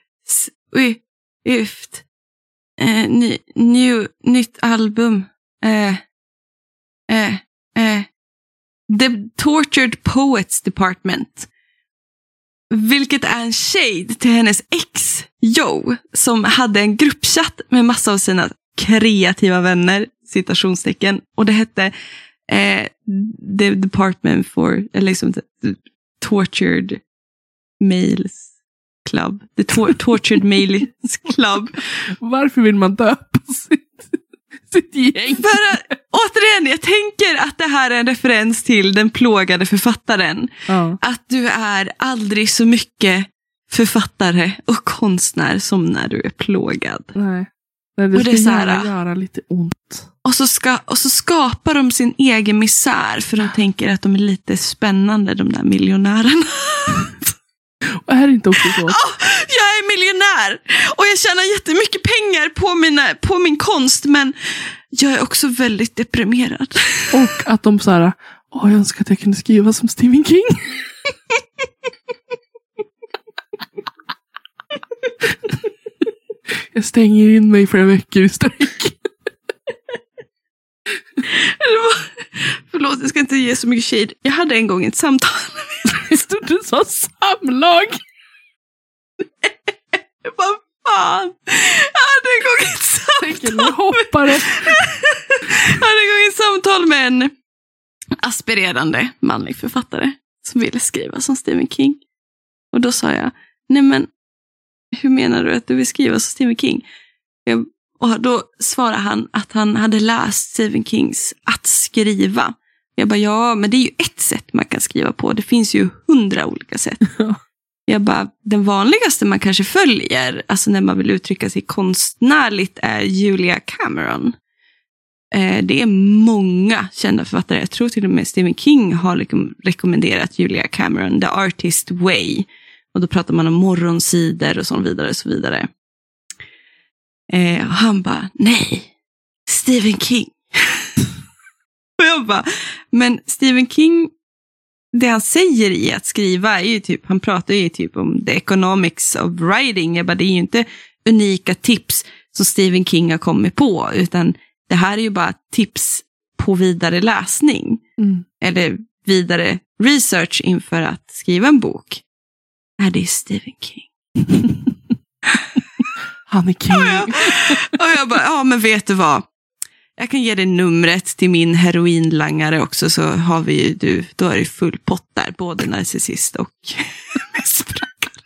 Swift. Eh, ny, new, nytt album. Eh, eh, eh. The Tortured Poets Department. Vilket är en shade till hennes ex Joe, som hade en gruppchatt med massa av sina kreativa vänner, citationstecken, och det hette eh, The Department for, eller liksom the Tortured Males Club. The tor- Tortured Males Club. Varför vill man döpa sitt, sitt gäng? För att, återigen, jag tänker att det här är en referens till den plågade författaren. Ja. Att du är aldrig så mycket författare och konstnär som när du är plågad. Nej. Nej, det och ska det är så här, göra, göra lite ont. Och så, ska, och så skapar de sin egen misär för de tänker att de är lite spännande, de där miljonärerna. Och är det inte också så? Oh, jag är miljonär och jag tjänar jättemycket pengar på, mina, på min konst, men jag är också väldigt deprimerad. Och att de så här, åh, jag önskar att jag kunde skriva som Stephen King. Jag stänger in mig flera veckor i sträck. Förlåt, jag ska inte ge så mycket shade. Jag hade en gång ett samtal. Du sa samlag. Vad fan? Jag hade en gång ett samtal. Tänker, nu hoppar det. Jag hade en gång ett samtal med en aspirerande manlig författare som ville skriva som Stephen King. Och då sa jag, nej men, hur menar du att du vill skriva som Stephen King? Jag, och då svarade han att han hade läst Stephen Kings Att skriva. Jag bara, ja, men det är ju ett sätt man kan skriva på. Det finns ju hundra olika sätt. Ja. Jag bara, den vanligaste man kanske följer, alltså när man vill uttrycka sig konstnärligt, är Julia Cameron. Eh, det är många kända författare. Jag tror till och med Stephen King har rekom- rekommenderat Julia Cameron The Artist Way. Och då pratar man om morgonsidor och så vidare och så vidare. Eh, och han bara, nej, Stephen King. Och jag bara, men Stephen King, det han säger i att skriva är ju typ, han pratar ju typ om the economics of writing. Jag bara, det är ju inte unika tips som Stephen King har kommit på, utan det här är ju bara tips på vidare läsning. Mm. Eller vidare research inför att skriva en bok. Är det Stephen King? Han är king. Och jag, och jag bara, ja men vet du vad? Jag kan ge dig numret till min heroinlangare också, så har vi ju, du, då är det full pott där, både narcissist och missbrukare.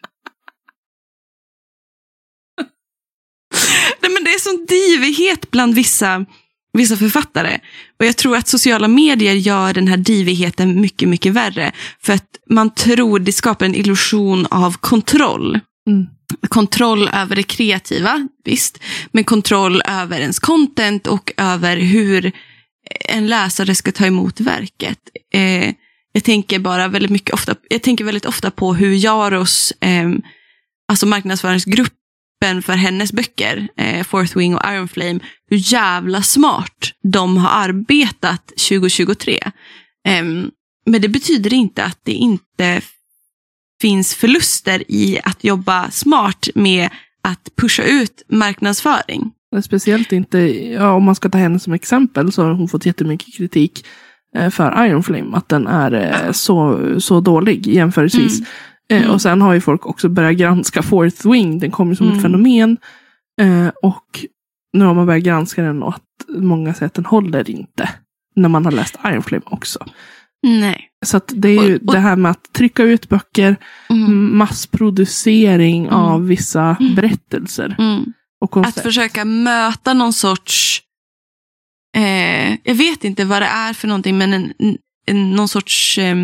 Nej, men det är sån divighet bland vissa, vissa författare. Och jag tror att sociala medier gör den här divigheten mycket, mycket värre. För att man tror det skapar en illusion av kontroll. Mm. Kontroll över det kreativa, visst. Men kontroll över ens content och över hur en läsare ska ta emot verket. Eh, jag tänker bara väldigt mycket ofta, jag tänker väldigt ofta på hur Jaros, eh, alltså marknadsföringsgruppen för hennes böcker, eh, Fourth Wing och Iron Flame, hur jävla smart de har arbetat tjugo tjugotre. Eh, men det betyder inte att det inte finns förluster i att jobba smart med att pusha ut marknadsföring. Speciellt inte, ja, om man ska ta henne som exempel, så har hon fått jättemycket kritik för Iron Flame, att den är ja. så, så dålig jämförelsevis. Mm. Mm. Och sen har ju folk också börjat granska Fourth Wing, den kommer som mm. ett fenomen. Och nu har man börjat granska den, och att många säger att den håller inte när man har läst Iron Flame också. Nej. Så att det är ju och, och, det här med att trycka ut böcker, mm. massproducering mm. av vissa mm. berättelser. Mm. Och att försöka möta någon sorts, eh, jag vet inte vad det är för någonting, men en, en, någon sorts eh,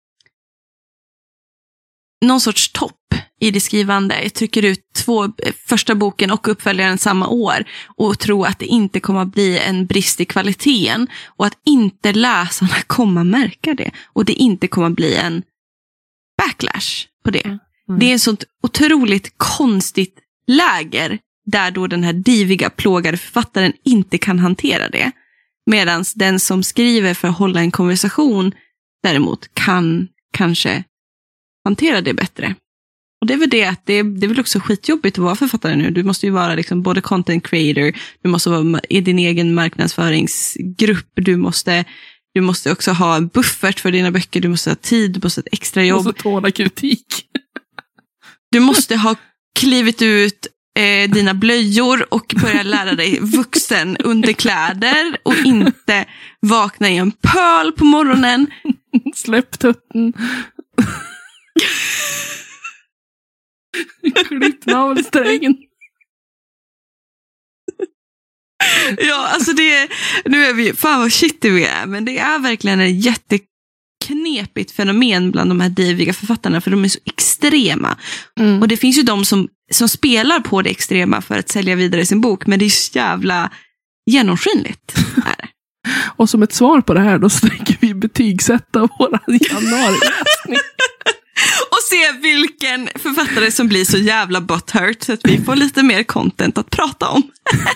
någon sorts topp i det skrivande. Jag trycker ut två, första boken och uppföljaren samma år och tror att det inte kommer att bli en brist i kvaliteten, och att inte läsarna kommer att märka det, och det inte kommer att bli en backlash på det. Mm. Det är ett sånt otroligt konstigt läger där då den här diviga, plågade författaren inte kan hantera det, medan den som skriver för att hålla en konversation däremot kan kanske hantera det bättre. Och det är väl det att det, det är väl också skitjobbigt att vara författare nu. Du måste ju vara liksom både content creator, du måste vara i din egen marknadsföringsgrupp, du måste, du måste också ha en buffert för dina böcker, du måste ha tid, du måste ha ett extra jobb. Du måste tåla kritik. Du måste ha klivit ut eh, dina blöjor och börja lära dig vuxen under kläder och inte vakna i en pöl på morgonen. Släpp tutten. Klipp navelsträngen. Ja, alltså det är, nu är vi, fan vad shitty vi är, men det är verkligen ett jätteknepigt fenomen bland de här diviga författarna, för de är så extrema. Mm. Och det finns ju de som, som spelar på det extrema för att sälja vidare sin bok, men det är så jävla genomskinligt. Och som ett svar på det här, då sträcker vi betygsätta våra januariläsning. Och se vilken författare som blir så jävla butthurt, så att vi får lite mer content att prata om.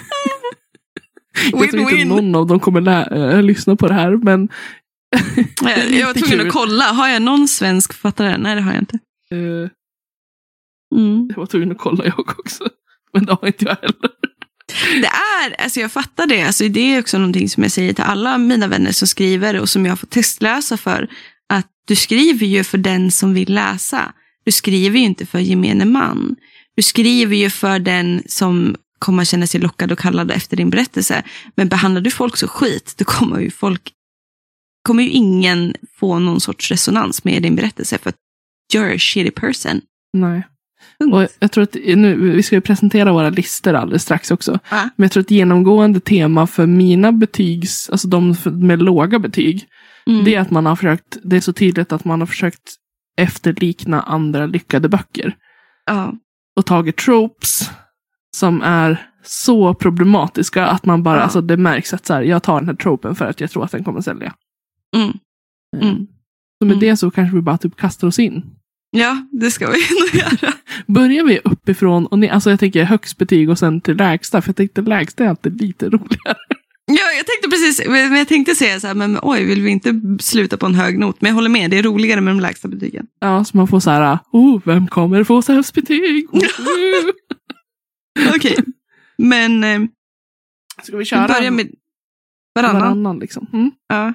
Jag tror inte någon av dem kommer lä- äh, lyssna på det här, men jag, jag var tvungen att kolla. Har jag någon svensk författare? Nej, det har jag inte. Uh, mm. Jag var tvungen att kolla jag också, men det har inte jag heller. Det är, alltså jag fattar det. Alltså det är också någonting som jag säger till alla mina vänner som skriver och som jag får testläsa för, att du skriver ju för den som vill läsa. Du skriver ju inte för gemene man. Du skriver ju för den som kommer känna sig lockad och kallad efter din berättelse. Men behandlar du folk så skit, då kommer ju folk kommer ju ingen få någon sorts resonans med din berättelse, för att you're a shitty person. Nej. Och jag tror att nu, vi ska ju presentera våra listor alldeles strax också. Äh? Men jag tror att genomgående tema för mina betygs, alltså de med låga betyg, mm. det är att man har försökt, det är så tydligt att man har försökt efterlikna andra lyckade böcker. Ja. Och tagit tropes som är så problematiska att man bara, ja. alltså det märks att så här, jag tar den här tropen för att jag tror att den kommer sälja. Mm. Mm. Så med mm. det så kanske vi bara typ kastar oss in. Ja, det ska vi nog göra. Börjar vi uppifrån och ner, alltså jag tänker högst betyg och sen till lägsta, för jag tänkte lägsta är alltid lite roligare. Ja, jag tänkte precis, men jag tänkte säga så här, men oj, vill vi inte sluta på en hög not? Men jag håller med, det är roligare med de lägsta betygen. Ja, så man får så här, oh, vem kommer få sämst betyg? Oh. Okej, okay. Men eh, ska vi köra? Vi börjar med varannan. Varannan liksom. Mm. Ja.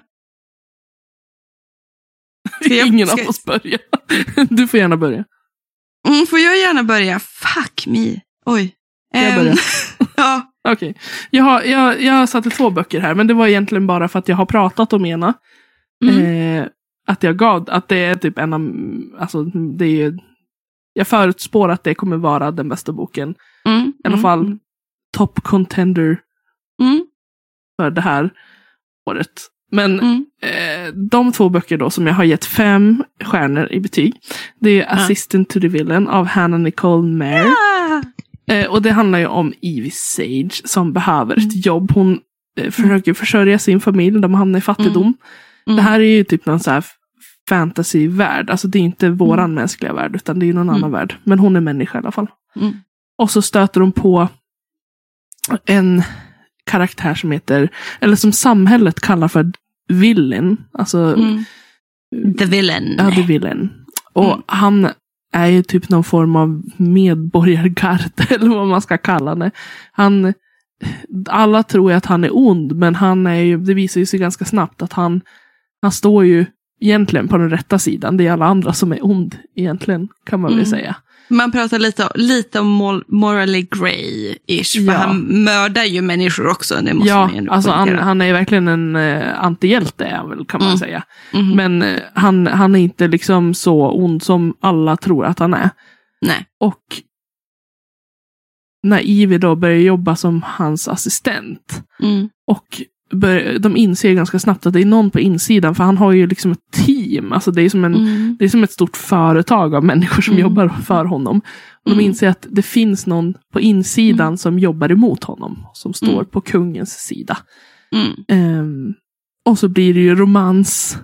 Jag, Ingen ska... av oss börja. Du får gärna börja. Mm, får jag gärna börja? Fuck me. Oj. Jag um, börjar. Ja. Okej. Okay. Jag, har, jag, jag satte två böcker här, men det var egentligen bara för att jag har pratat om ena. Mm. Eh, att jag gav, att det är typ en av, alltså det är, jag förutspår att det kommer vara den bästa boken. Mm. I alla fall mm. top contender mm. för det här året. Men mm. eh, de två böcker då som jag har gett fem stjärnor i betyg. Det är mm. Assistant to the Villain av Hannah Nicole Mayer. Ah. Eh, och det handlar ju om Evie Sage som behöver mm. ett jobb. Hon eh, försöker mm. försörja sin familj. De hamnar i fattigdom. Mm. Mm. Det här är ju typ någon så här fantasy-värld. Alltså det är inte våran mm. mänskliga värld utan det är någon mm. annan värld. Men hon är människa i alla fall. Mm. Och så stöter de på en karaktär som heter, eller som samhället kallar för villain. Alltså mm. The Villain. Ja, The Villain. Och mm. han är ju typ någon form av medborgargarde eller vad man ska kalla det. Han, alla tror ju att han är ond, men han är ju, det visar ju sig ganska snabbt att han, han står ju egentligen på den rätta sidan. Det är alla andra som är ond egentligen, kan man mm. väl säga. Man pratar lite, lite om morally grey-ish. Ja. För han mördar ju människor också. Det måste ja, man alltså han, han är verkligen en uh, antihjälte är väl, kan man mm. säga. Mm. Men uh, han, han är inte liksom så ond som alla tror att han är. Nej. Och när Evie då börjar jobba som hans assistent. Mm. Och bör, de inser ganska snabbt att det är någon på insidan. För han har ju liksom ett team. Alltså det är som, en, mm. det är som ett stort företag av människor som mm. jobbar för honom. Och de inser att det finns någon på insidan mm. som jobbar emot honom. Som står mm. på kungens sida. Mm. Um, och så blir det ju romans.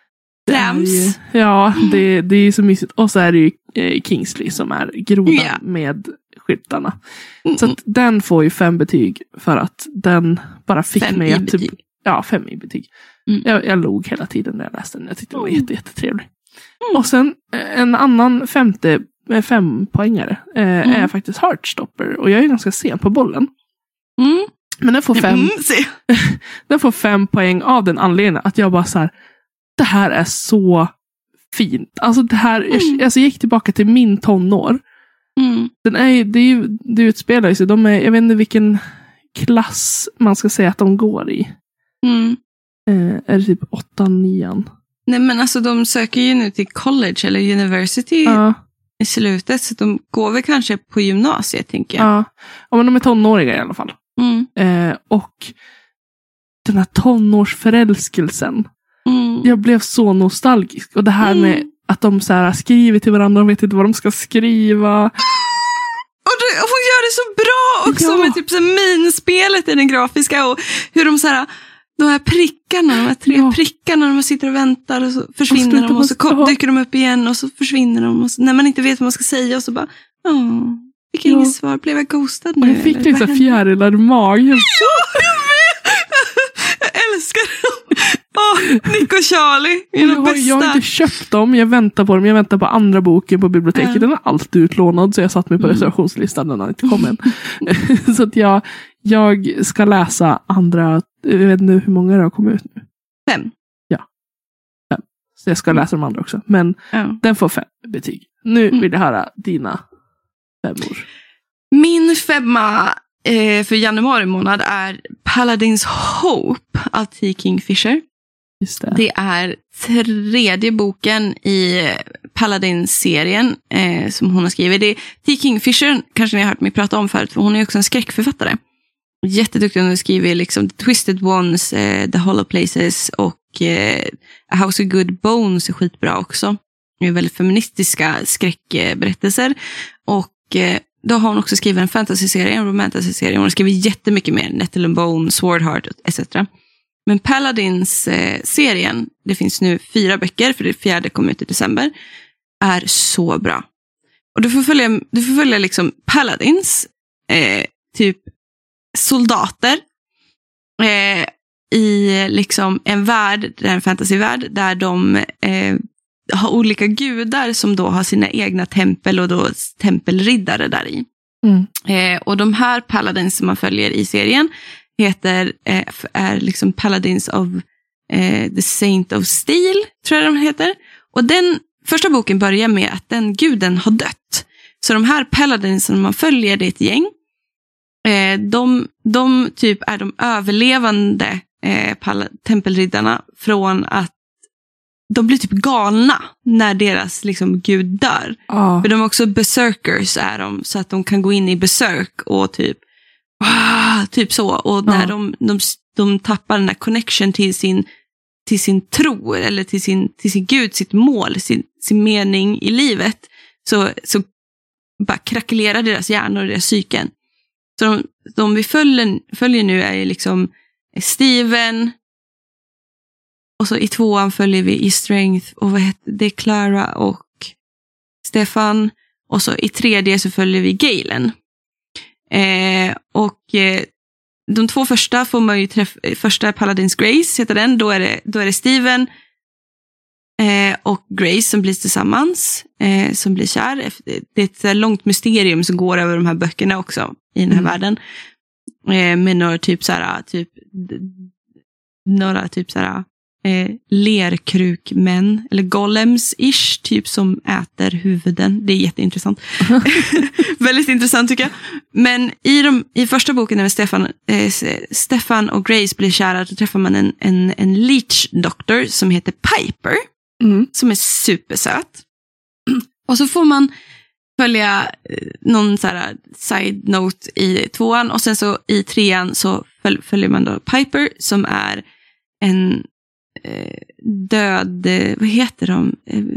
Trams. Ja, det, det är så mysigt. Och så är det ju eh, Kingsley som är grodan yeah. med skyltarna. Mm. Så att den får ju fem betyg för att den bara fick fem mig i att betyg. Typ, ja, fem i betyg. Mm. Jag, jag log hela tiden när jag läste den. Jag tyckte det var jätte, jättetrevlig. Mm. Och sen en annan femte fempoängare eh, mm. är faktiskt Heartstopper. Och jag är ganska sen på bollen. Mm. Men den får fem mm, den får fem poäng av den anledningen att jag bara så här, det här är så fint. Alltså det här, mm. jag, alltså jag gick tillbaka till min tonår. Mm. Den är, det, är ju, det utspelar sig, de är, jag vet inte vilken klass man ska säga att de går i. Mm. Eh, är det typ åtta nian? Nej men alltså de söker ju nu till college eller university ja. i slutet. Så de går väl kanske på gymnasiet, tänker jag. Ja, ja men de är tonåriga i alla fall. Mm. Eh, och den här tonårsförälskelsen. Mm. Jag blev så nostalgisk. Och det här mm. med att de så här skriver till varandra och vet inte vad de ska skriva. Och det, hon gör det så bra också ja. med typ så här minspelet i den grafiska och hur de så här, de här prickarna, de här tre ja. prickarna när man sitter och väntar och så försvinner och de och så kom, dyker de upp igen och så försvinner de och så, när man inte vet vad man ska säga och så bara, åh, fick jag ja. inget svar, blev jag ghostad nu? Och jag fick lite så fjärilar i magen. Ja, jag vet! Jag älskar dem. Åh, Nick och Charlie är de bästa. Jag har inte köpt dem, jag väntar på dem. Jag väntar på andra boken på biblioteket. Mm. Den är alltid utlånad så jag satt mig på reservationslistan. Den har inte kommit än. Så att jag, jag ska läsa andra. Jag vet inte hur många det har kommit ut nu. Fem. Ja, fem. Så jag ska läsa de andra också. Men mm. den får fem betyg. Nu vill jag höra dina femmor. Min femma eh, för januari månad är Paladins Hope av T. Kingfisher. Just det. Det är tredje boken i Paladin-serien eh, som hon har skrivit. Det är T. Kingfisher, kanske ni har hört mig prata om förut, för hon är också en skräckförfattare. Jätteduktig, hon har skrivit liksom The Twisted Ones, eh, The Hollow Places och eh, A House of Good Bones är skitbra också. Det är väldigt feministiska skräckberättelser. Och eh, då har hon också skrivit en fantasy-serie, en romantasy-serie. Hon har skrivit jättemycket mer, Nettle and Bone, Swordheart et cetera. Men Paladins-serien, eh, det finns nu fyra böcker, för det fjärde kom ut i december, är så bra. Och du får följa, du får följa liksom Paladins, eh, typ soldater, eh, i liksom en värld, en fantasyvärld, där de eh, har olika gudar som då har sina egna tempel och då tempelriddare där i. Mm. Eh, och de här Paladins som man följer i serien heter, eh, är liksom Paladins of eh, the Saint of Steel, tror jag de heter. Och den första boken börjar med att den guden har dött. Så de här Paladins som man följer, det är ett gäng. Eh, de, de typ är de överlevande eh, pal- tempelriddarna från att de blir typ galna när deras liksom gud dör. Oh. För de är också berserkers är de, så att de kan gå in i berserk och typ ah, typ så. Och när oh. de, de, de tappar den här connection till sin, till sin tro eller till sin, till sin gud, sitt mål, sin, sin mening i livet, så, så bara krackelerar deras hjärnor och deras psyken. Så de, de vi följer, följer nu är liksom Steven. Och så i tvåan följer vi i Strength och vad heter det, Clara och Stefan. Och så i tredje så följer vi Galen. Eh, och eh, de två första får man ju träffa, första är Paladins Grace heter den. Då är det, då är det Steven eh, och Grace som blir tillsammans, eh, som blir kär. Det är ett så långt mysterium som går över de här böckerna också i den här mm. världen. Eh, med några typ såhär, typ några typ såhär Eh, lerkrukmän eller golems-ish typ som äter huvuden. Det är jätteintressant. Väldigt intressant tycker jag. Men i, de, i första boken när Stefan, eh, Stefan och Grace blir kära, då träffar man en, en, en leech doctor som heter Piper. Mm. Som är supersöt. Och så får man följa eh, någon så här side note i tvåan, och sen så i trean så föl- följer man då Piper som är en död, vad heter de?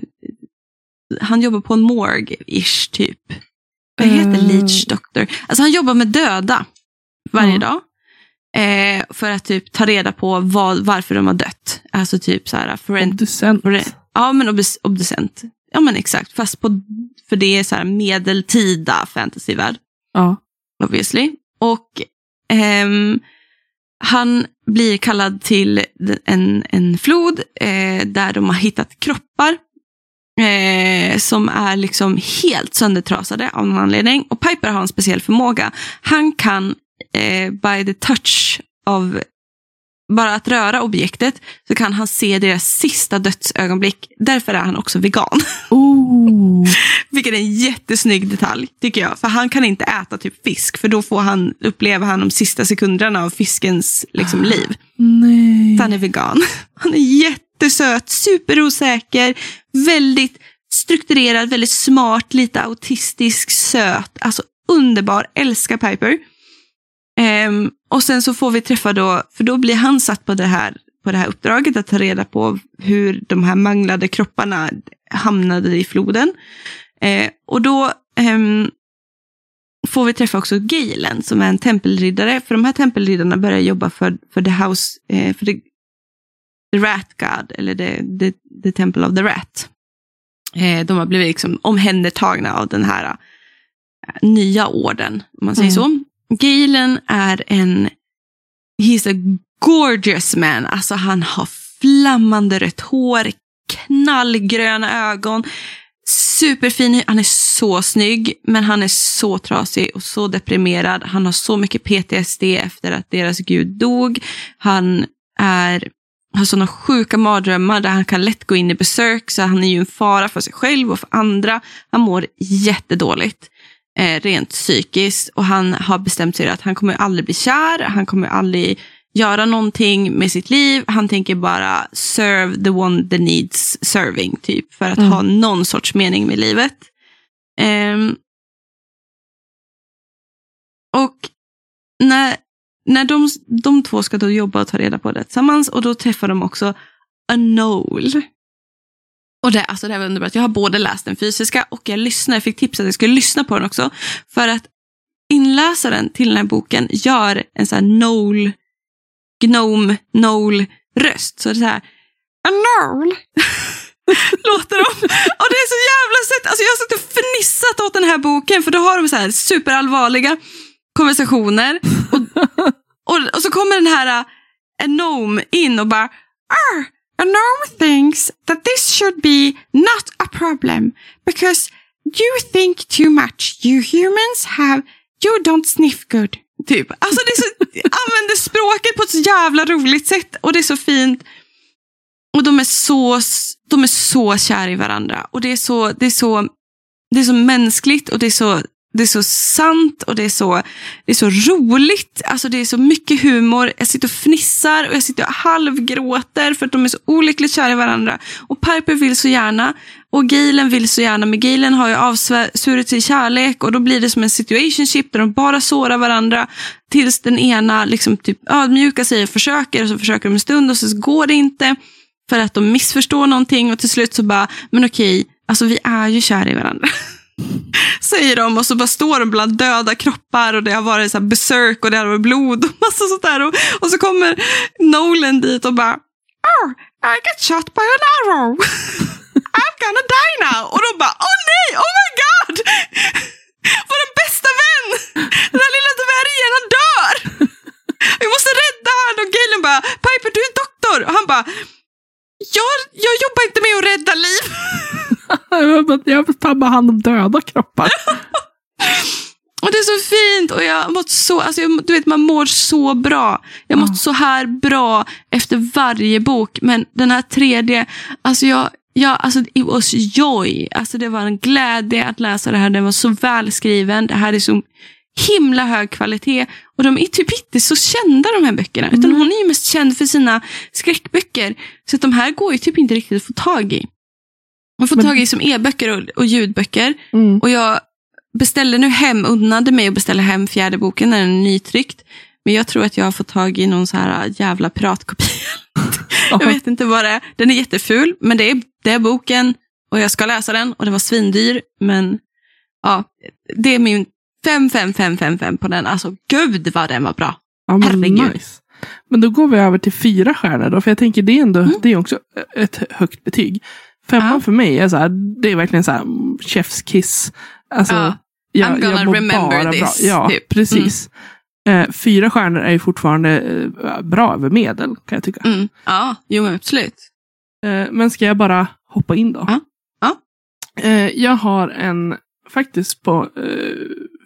Han jobbar på en morgue-ish typ. Vad heter uh. Leech Doctor? Alltså han jobbar med döda varje uh. dag. Eh, för att typ ta reda på vad, varför de har dött. Alltså typ så här obducent. Ja, men obs- obducent. Ja, men exakt. Fast på, för det är så här medeltida fantasyvärld. Ja. Uh. Obviously. Och ehm han blir kallad till en, en flod eh, där de har hittat kroppar eh, som är liksom helt söndertrasade av någon anledning. Och Piper har en speciell förmåga. Han kan eh, by the touch av bara att röra objektet så kan han se deras sista dödsögonblick. Därför är han också vegan. Oh. Vilket är en jättesnygg detalj tycker jag. För han kan inte äta typ fisk. För då får han uppleva han de sista sekunderna av fiskens liksom, liv. Nej. Så han är vegan. Han är jättesöt, superosäker, väldigt strukturerad, väldigt smart, lite autistisk, söt. Alltså underbar, älskar Piper. Um, och sen så får vi träffa då, för då blir han satt på det här, på det här uppdraget att ta reda på hur de här manglade kropparna hamnade i floden. Uh, och då um, får vi träffa också Galen som är en tempelriddare. För de här tempelriddarna börjar jobba för, för the house, uh, för the, the rat god, eller the, the, the temple of the rat. Uh, de har blivit liksom omhändertagna av den här uh, nya orden, om man säger mm. så. Galen är en he's a gorgeous man. Alltså han har flammande rött hår, knallgröna ögon, superfin, han är så snygg, men han är så trasig och så deprimerad. Han har så mycket P T S D efter att deras gud dog. Han är har sådana sjuka mardrömmar där han kan lätt gå in i besök, så han är ju en fara för sig själv och för andra. Han mår jättedåligt. Eh, rent psykiskt, och han har bestämt sig att han kommer aldrig bli kär, han kommer aldrig göra någonting med sitt liv, han tänker bara serve the one that needs serving typ, för att mm. ha någon sorts mening med livet. Eh, och när, när de, de två ska då jobba och ta reda på det tillsammans, och då träffar de också a Knoll. Och det, alltså det var underbart. Jag har både läst den fysiska och jag lyssnade, jag fick tips att jag skulle lyssna på den också. För att inläsaren till den här boken gör en sån här Noel, gnome, Noel röst. Så det är så här, a Noel låter de. Och det är så jävla sett. Alltså jag har suttit och fnissat åt den här boken, för då har de så här superallvarliga konversationer. Och, och, och så kommer den här uh, a gnome in och bara, ah, a gnome thinks that this should be not a problem because you think too much. You humans have, you don't sniff good. Typ. Alltså det är så, använder språket på ett så jävla roligt sätt. Och det är så fint. Och de är så, de är så kär i varandra. Och det är så, det är så, det är så mänskligt och det är så, det är så sant och det är så, det är så roligt. Alltså det är så mycket humor. Jag sitter och fnissar och jag sitter och halvgråter för att de är så olyckligt kära i varandra. Och Piper vill så gärna och Galen vill så gärna. Men Galen har ju avsvurit sig kärlek och då blir det som en situationship där de bara sårar varandra tills den ena liksom typ ödmjukar sig och försöker och så försöker de en stund och så går det inte för att de missförstår någonting och till slut så bara, men okej, alltså vi är ju kära i varandra. Säger de och så bara står de bland döda kroppar och det har varit så här besök och det har varit blod och massa sånt där och, och så kommer Nolan dit och bara, oh, I got shot by an arrow. I'm gonna die now. Och de bara, oh nej, oh my god. Vår bästa vän, den här lilla dvärgen, han dör. Vi måste rädda han. Och Galen bara, Piper, du är en doktor. Och han bara, jag, jag jobbar inte med att rädda liv. Jag tar bara hand om döda kroppar. Och det är så fint. Och jag mått så, alltså jag, du vet, man mår så bra. Jag mått oh. så här bra efter varje bok. Men den här tredje, alltså jag, jag alltså it was joy. Alltså det var en glädje att läsa det här. Den var så välskriven. Det här är så himla hög kvalitet. Och de är typ inte så kända, de här böckerna. Utan mm. hon är ju mest känd för sina skräckböcker. Så att de här går ju typ inte riktigt att få tag i. Man får Men... tag i som e-böcker och, och ljudböcker. Mm. Och jag beställde nu hem, unnade mig att beställa hem fjärde boken när den är nytryckt. Men jag tror att jag har fått tag i någon så här jävla piratkopia. Jag vet inte vad det är. Den är jätteful, men det är, det är boken. Och jag ska läsa den. Och det var svindyr. Men ja, det är min fem fem fem fem fem på den. Alltså gud vad den var bra. Ja, men herregud. Nice. Men då går vi över till fyra stjärnor då. För jag tänker det är ändå, mm. det är också ett högt betyg. Femman ja. för mig är så här, det är verkligen så här chefskiss. Alltså, ja. jag, I'm gonna jag mår remember bara this. Bra. Ja, typ. Precis. Mm. Eh, fyra stjärnor är ju fortfarande eh, bra över medel, kan jag tycka. Mm. Ja, jo men absolut. Eh, men ska jag bara hoppa in då? Ja. Ja. Eh, jag har en, faktiskt på eh,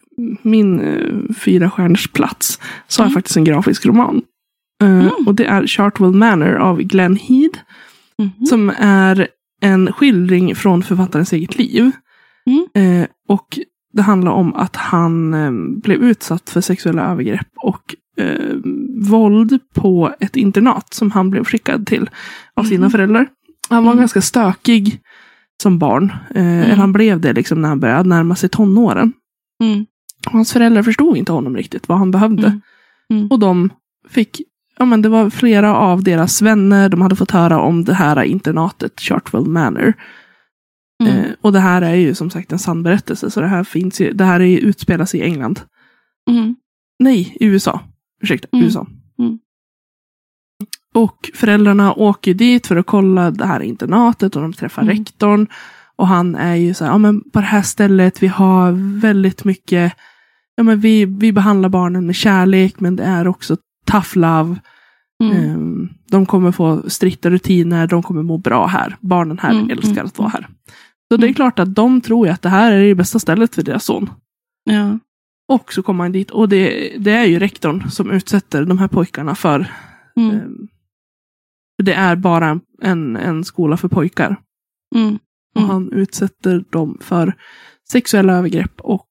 min eh, fyra stjärnors plats, så har mm. jag faktiskt en grafisk roman. Eh, mm. Och det är Chartwell Manor av Glenn Head. Mm. Som är en skildring från författarens eget liv. Mm. Eh, och det handlar om att han eh, blev utsatt för sexuella övergrepp och eh, våld på ett internat som han blev skickad till av sina mm. föräldrar. Han var mm. ganska stökig som barn. Eh, mm. Eller han blev det liksom när han började närma sig tonåren. Mm. Hans föräldrar förstod inte honom riktigt vad han behövde. Mm. Mm. Och de fick, ja men det var flera av deras vänner, de hade fått höra om det här internatet, Chartwell Manor. Mm. Eh, och det här är ju som sagt en sann berättelse, så det här finns ju, det här är ju, utspelas i England. Mm. Nej, i U S A. Ursäkta, mm. U S A. Mm. Och föräldrarna åker dit för att kolla det här internatet och de träffar mm. rektorn. Och han är ju så här, ja men på det här stället vi har väldigt mycket, ja men vi, vi behandlar barnen med kärlek, men det är också tough love. Mm. Um, de kommer få strikta rutiner, de kommer må bra här. Barnen här mm. älskar att vara här. Så mm. det är klart att de tror ju att det här är det bästa stället för deras son. Ja. Och så kommer han dit, och det, det är ju rektorn som utsätter de här pojkarna för mm. um, det är bara en, en skola för pojkar. Mm. Mm. Och han utsätter dem för sexuella övergrepp och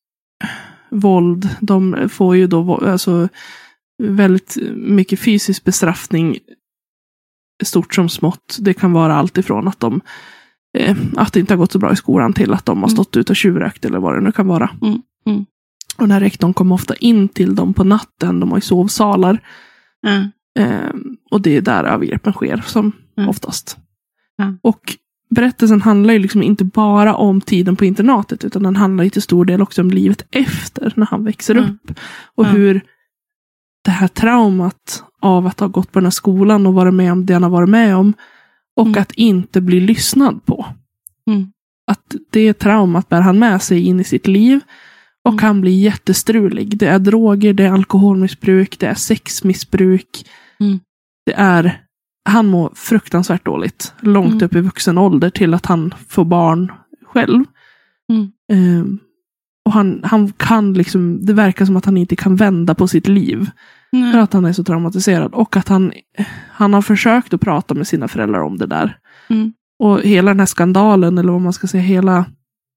våld. De får ju då alltså väldigt mycket fysisk bestraffning, stort som smått. Det kan vara allt ifrån att de eh, att det inte har gått så bra i skolan till att de har stått mm. ut och tjuvrökt eller vad det nu kan vara. Mm. Mm. Och när rektorn kommer ofta in till dem på natten, de har ju sovsalar. Mm. Eh, och det är där övergreppen sker som mm. oftast. Mm. Och berättelsen handlar ju liksom inte bara om tiden på internatet, utan den handlar ju till stor del också om livet efter när han växer Mm. upp. Och Mm. hur det här traumat av att ha gått på den här skolan och vara med om det han har varit med om och Mm. att inte bli lyssnad på. Mm. Att det traumat bär han med sig in i sitt liv och Mm. han blir jättestrulig. Det är droger, det är alkoholmissbruk, det är sexmissbruk. Mm. Det är, han mår fruktansvärt dåligt. Långt Mm. upp i vuxen ålder till att han får barn själv. Mm. Um, och han, han kan liksom, det verkar som att han inte kan vända på sitt liv. Nej. För att han är så traumatiserad. Och att han, han har försökt att prata med sina föräldrar om det där. Mm. Och hela den här skandalen, eller vad man ska säga, hela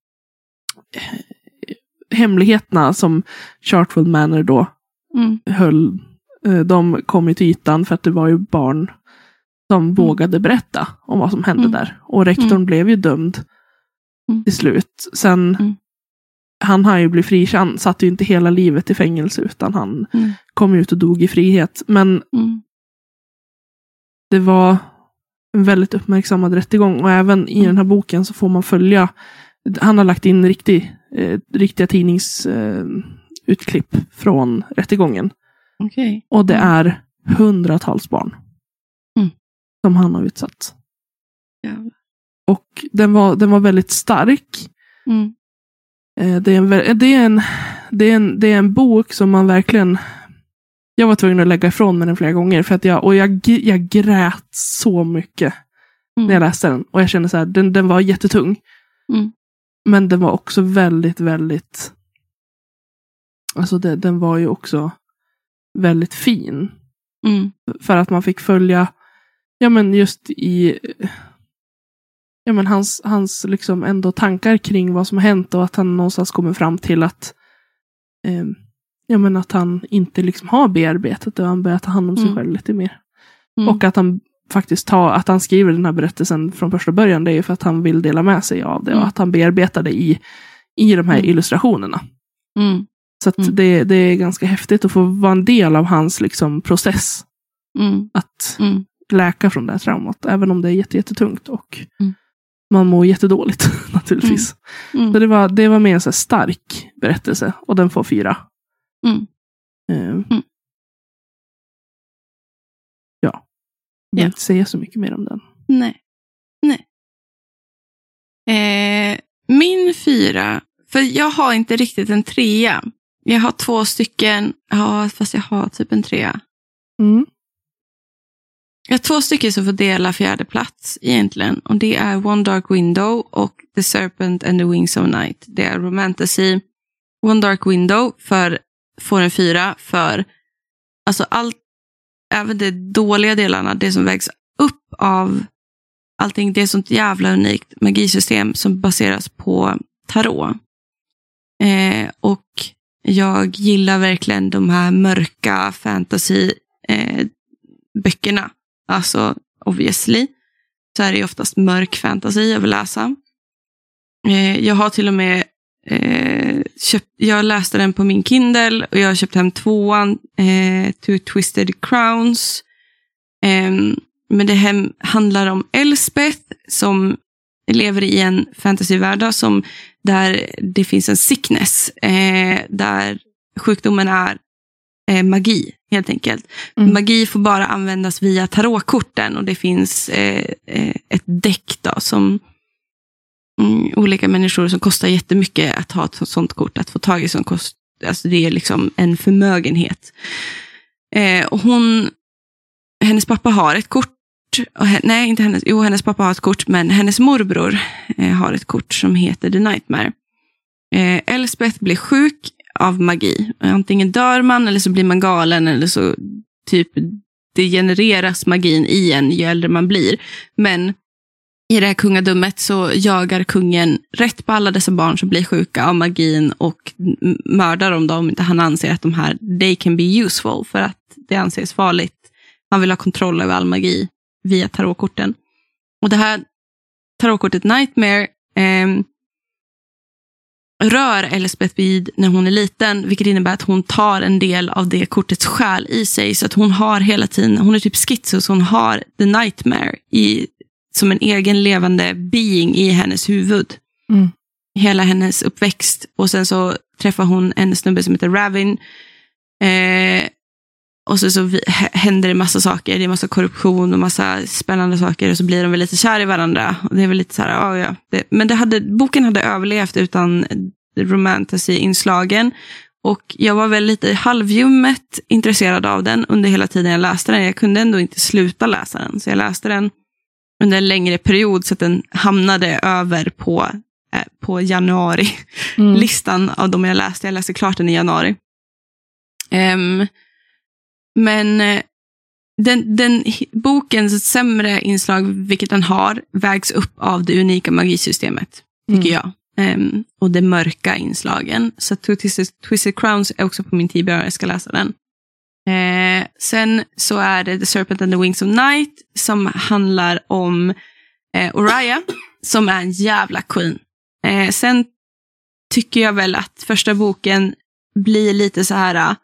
hemligheterna som Chartwell Manor då Mm. höll, eh, de kom ju till ytan för att det var ju barn som mm. vågade berätta om vad som hände Mm. där. Och rektorn Mm. blev ju dömd Mm. till slut. Sen, Mm. han har ju blivit fri, han satt ju inte hela livet i fängelse, utan han Mm. kom ut och dog i frihet. Men Mm. det var en väldigt uppmärksammad rättegång, och även i Mm. den här boken så får man följa, han har lagt in riktig, eh, riktiga tidningsutklipp eh, från rättegången. Okej. Och det Mm. är hundratals barn Mm. som han har utsatt. Jävlar. Och den var, den var väldigt stark. Mm. Eh, det, är en, vä- det, är en, det, är en, det är en bok som man verkligen... Jag var tvungen att lägga ifrån mig den flera gånger. För att jag, och jag, g- jag grät så mycket Mm. när jag läste den. Och jag kände så här, den, den var jättetung. Mm. Men den var också väldigt, väldigt... Alltså det, den var ju också väldigt fin. Mm. För att man fick följa, ja men just i, ja men hans, hans liksom ändå tankar kring vad som har hänt, och att han någonstans kommer fram till att, eh, ja men att han inte liksom har bearbetat det, och han börjar ta hand om sig Mm. själv lite mer. Mm. Och att han faktiskt tar, att han skriver den här berättelsen från första början, det är ju för att han vill dela med sig av det, Mm. och att han bearbetar det i, i de här Mm. illustrationerna. Mm. Så att Mm. det, det är ganska häftigt att få vara en del av hans liksom process. Mm. Att Mm. läka från det här traumat. Även om det är jätte, jättetungt. Och Mm. man mår jättedåligt naturligtvis. Mm. Så det var, det var mer en så här stark berättelse. Och den får fyra. Mm. Eh, Mm. Ja. Jag vill Ja. inte säga så mycket mer om den. Nej. Nej. Eh, min fyra, för jag har inte riktigt en trea. Jag har två stycken, ja fast jag har typ en trea. Mm. Jag har två stycken som får dela fjärde plats egentligen. Och det är One Dark Window och The Serpent and the Wings of Night. Det är romantasy. One Dark Window för, får en fyra för alltså allt, även de dåliga delarna, det som vägs upp av allting, det är sånt jävla unikt magisystem som baseras på tarot. Eh, och jag gillar verkligen de här mörka fantasy eh, böckerna. Alltså, obviously, så är det oftast mörk fantasy jag vill läsa. Eh, jag har till och med eh, köpt, jag läste den på min Kindle och jag har köpt hem tvåan, eh, Two Twisted Crowns. Eh, men det hem, handlar om Elspeth som lever i en fantasyvärld som där det finns en sickness, eh, där sjukdomen är eh, magi helt enkelt. Mm. Magi får bara användas via tarotkorten och det finns eh, eh, ett däck då som mm, olika människor som kostar jättemycket att ha ett sånt kort, att få tag i som kost, alltså det är liksom en förmögenhet. Eh, och hon, hennes pappa har ett kort, och, nej inte hennes, jo hennes pappa har ett kort, men hennes morbror eh, har ett kort som heter The Nightmare. Eh, Elspeth blir sjuk av magi. Antingen dör man eller så blir man galen eller så typ det genereras magin i en ju äldre man blir. Men i det här kungadömet så jagar kungen rätt på alla dessa barn som blir sjuka av magin och mördar dem då om inte han anser att de här they can be useful, för att det anses farligt. Han vill ha kontroll över all magi via tarotkorten. Och det här tarotkortet Nightmare eh, rör Elspeth vid när hon är liten, vilket innebär att hon tar en del av det kortets själ i sig, så att hon har hela tiden, hon är typ schizo, så hon har the nightmare i, som en egen levande being i hennes huvud. Mm. Hela hennes uppväxt. Och sen så träffar hon en snubbe som heter Ravin. Eh, och så, så vi, händer det massa saker. Det är massa korruption och massa spännande saker. Och så blir de väl lite kär i varandra. Och det är väl lite så här, oh ja. Det, men det hade, boken hade överlevt utan romantasy-inslagen. Och jag var väl lite halvljummet intresserad av den under hela tiden jag läste den. Jag kunde ändå inte sluta läsa den. Så jag läste den under en längre period så att den hamnade över på, eh, på januari-listan mm. av de jag läste. Jag läste klart den i januari. Um, men eh, den, den bokens sämre inslag, vilket den har, vägs upp av det unika magisystemet, tycker mm. jag. Um, och de mörka inslagen. Så Twisted, Twisted Crowns är också på min T B R, jag ska läsa den. Eh, sen så är det The Serpent and the Wings of Night som handlar om eh, Oraya, som är en jävla queen. Eh, sen tycker jag väl att första boken blir lite så här uh,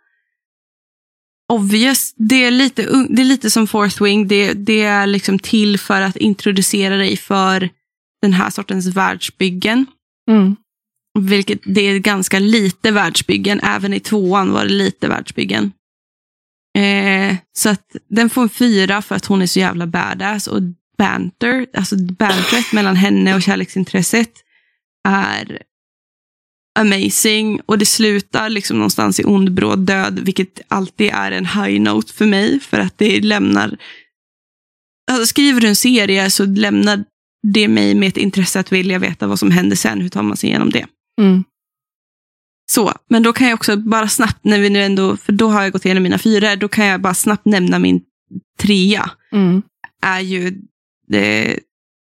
obvious. Det är lite, det är lite som Fourth Wing. Det, det är liksom till för att introducera dig för den här sortens världsbyggen. Mm. Vilket det är ganska lite världsbyggen. Även i tvåan var det lite världsbyggen. Eh, så att den får en fyra för att hon är så jävla badass. Och banter, alltså banteret mellan henne och kärleksintresset är amazing. Och det slutar liksom någonstans i ond bråd död. Vilket alltid är en high note för mig. För att det lämnar... Alltså skriver du en serie så lämnar det mig med ett intresse att vilja veta vad som händer sen. Hur tar man sig igenom det? Mm. Så, men då kan jag också bara snabbt, när vi nu ändå, för då har jag gått igenom mina fyra, då kan jag bara snabbt nämna min trea. Mm. Är ju det,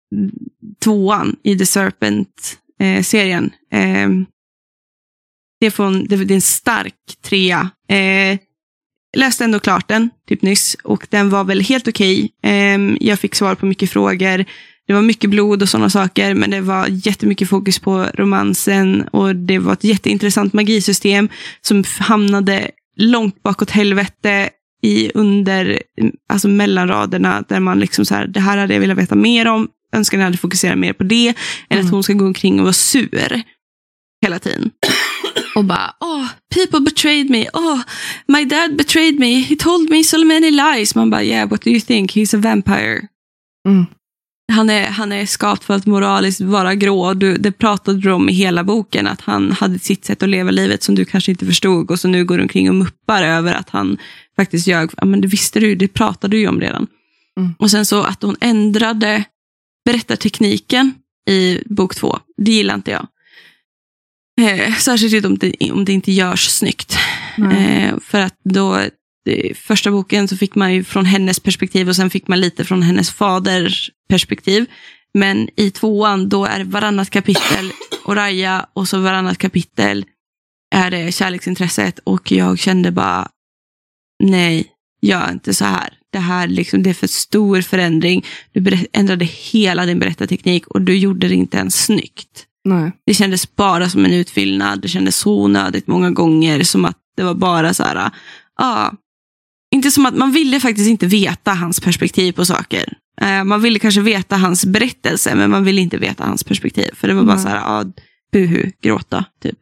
tvåan i The Serpent-serien. Eh, det, är från, det, det är en stark trea. Eh, läste ändå klart den, typ nyss, och den var väl helt okej. Eh, jag fick svar på mycket frågor. Det var mycket blod och sådana saker, men det var jättemycket fokus på romansen och det var ett jätteintressant magisystem som hamnade långt bakåt helvete i under, alltså mellanraderna, där man liksom så här, det här hade jag velat veta mer om, önskar jag hade fokuserat mer på det, än mm. att hon ska gå omkring och vara sur hela tiden. Och bara, oh, people betrayed me. Oh, my dad betrayed me. He told me so many lies. Man bara, yeah, what do you think? He's a vampire. Mm. Han är, han är skapt för att moraliskt vara grå. Du, det pratade du om i hela boken. Att han hade sitt sätt att leva livet som du kanske inte förstod. Och så nu går du omkring och muppar över att han faktiskt ljög. Ja, men det visste du, det pratade du ju om redan. Mm. Och sen så att hon ändrade berättartekniken i bok två. Det gillar inte jag. Eh, särskilt om det, om det inte görs snyggt. Eh, för att då... I första boken så fick man ju från hennes perspektiv och sen fick man lite från hennes faders perspektiv. Men i tvåan då är varannat kapitel Oraya och så varannat kapitel är det kärleksintresset, och jag kände bara nej, gör inte så här. Det här liksom, det är för stor förändring. Du ändrade hela din berättarteknik och du gjorde det inte ens snyggt. Nej. Det kändes bara som en utfyllnad. Det kändes så onödigt många gånger, som att det var bara så här, ja, ah, inte som att man ville faktiskt inte veta hans perspektiv på saker. Eh, man ville kanske veta hans berättelse, men man ville inte veta hans perspektiv. För det var bara mm. så här, ja, ah, buhu, gråta, typ.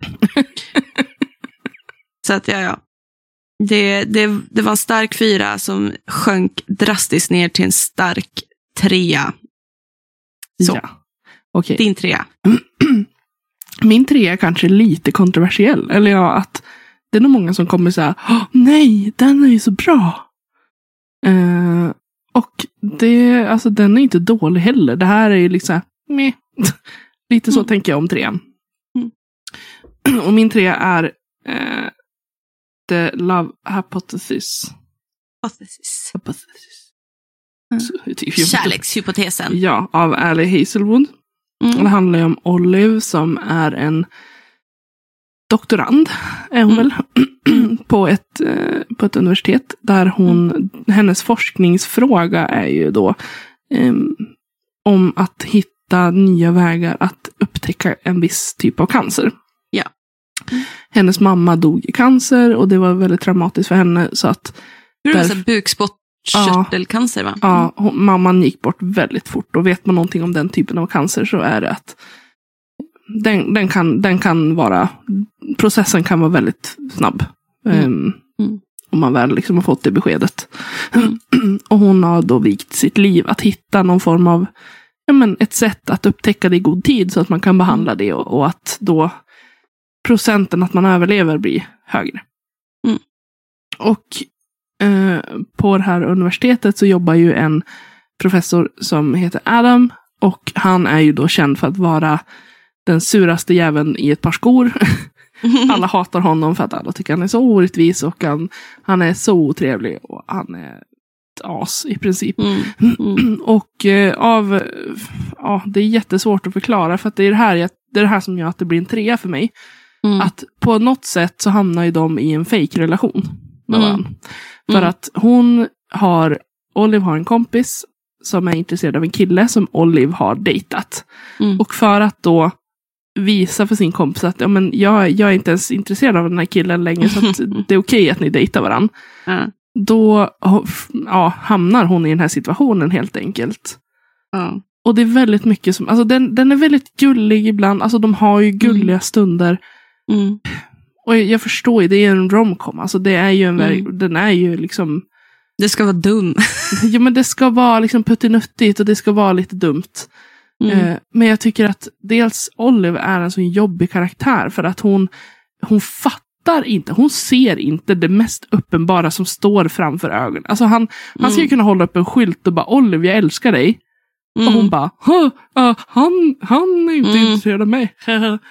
Så att, ja, ja. Det, det, det var en stark fyra som sjönk drastiskt ner till en stark trea. Så, ja. Okay. Din trea. Min trea är kanske lite kontroversiell. Eller ja, att det är nog många som kommer säga, nej, den är ju så bra. Uh, och det, alltså den är inte dålig heller. Det här är ju liksom, meh. Lite så mm. tänker jag om trean. Mm. Och min trea är uh, The Love Hypothesis. Hypothesis. Hypothesis. Mm. Kärlekshypotesen. Ja, av Ali Hazelwood. Mm. Det handlar ju om Olive som är en doktorand, är hon mm. väl, på ett, eh, på ett universitet där hon, mm. hennes forskningsfråga är ju då eh, om att hitta nya vägar att upptäcka en viss typ av cancer. Ja. Mm. Hennes mamma dog i cancer och det var väldigt traumatiskt för henne, så att hur är det så bukspott köttelcancer, va? Mm. Ja, hon, mamman gick bort väldigt fort. Och vet man någonting om den typen av cancer så är det att den, den, kan, den kan vara, processen kan vara väldigt snabb. Mm. Um, mm. Om man väl liksom har fått det beskedet. Mm. Och hon har då vikt sitt liv att hitta någon form av, ja men ett sätt att upptäcka det i god tid så att man kan behandla det och, och att då procenten att man överlever blir högre. Mm. Och eh, på det här universitetet så jobbar ju en professor som heter Adam och han är ju då känd för att vara den suraste jäveln i ett par skor. Alla hatar honom för att alla tycker han är så orättvis och han, han är så otrevlig och han är ett as i princip. Mm. Mm. Och eh, av ja, det är jättesvårt att förklara för att det är det här, det är det här som gör att det blir en trea för mig. Mm. Att på något sätt så hamnar ju de i en fake-relation med varandra. Mm. För mm. att hon har, Olive har en kompis som är intresserad av en kille som Olive har dejtat. Mm. Och för att då visa för sin kompis att ja, men jag, jag är inte ens intresserad av den här killen längre så att det är okej att ni dejtar varandra. Mm. Då ja, hamnar hon i den här situationen helt enkelt. Mm. Och det är väldigt mycket som, alltså den, den är väldigt gullig ibland, alltså de har ju gulliga mm. stunder. Mm. Och jag, jag förstår ju, det är en romcom, alltså det är ju en mm. den är ju liksom det ska vara dum. Ja men det ska vara liksom puttinuttigt och det ska vara lite dumt. Mm. Eh, men jag tycker att dels Olive är en så jobbig karaktär för att hon hon fattar inte, hon ser inte det mest uppenbara som står framför ögonen. Alltså han, mm. han ska ju kunna hålla upp en skylt och bara Olive, jag älskar dig. Mm. Och hon bara, uh, han, han är inte mm. intresserad av mig.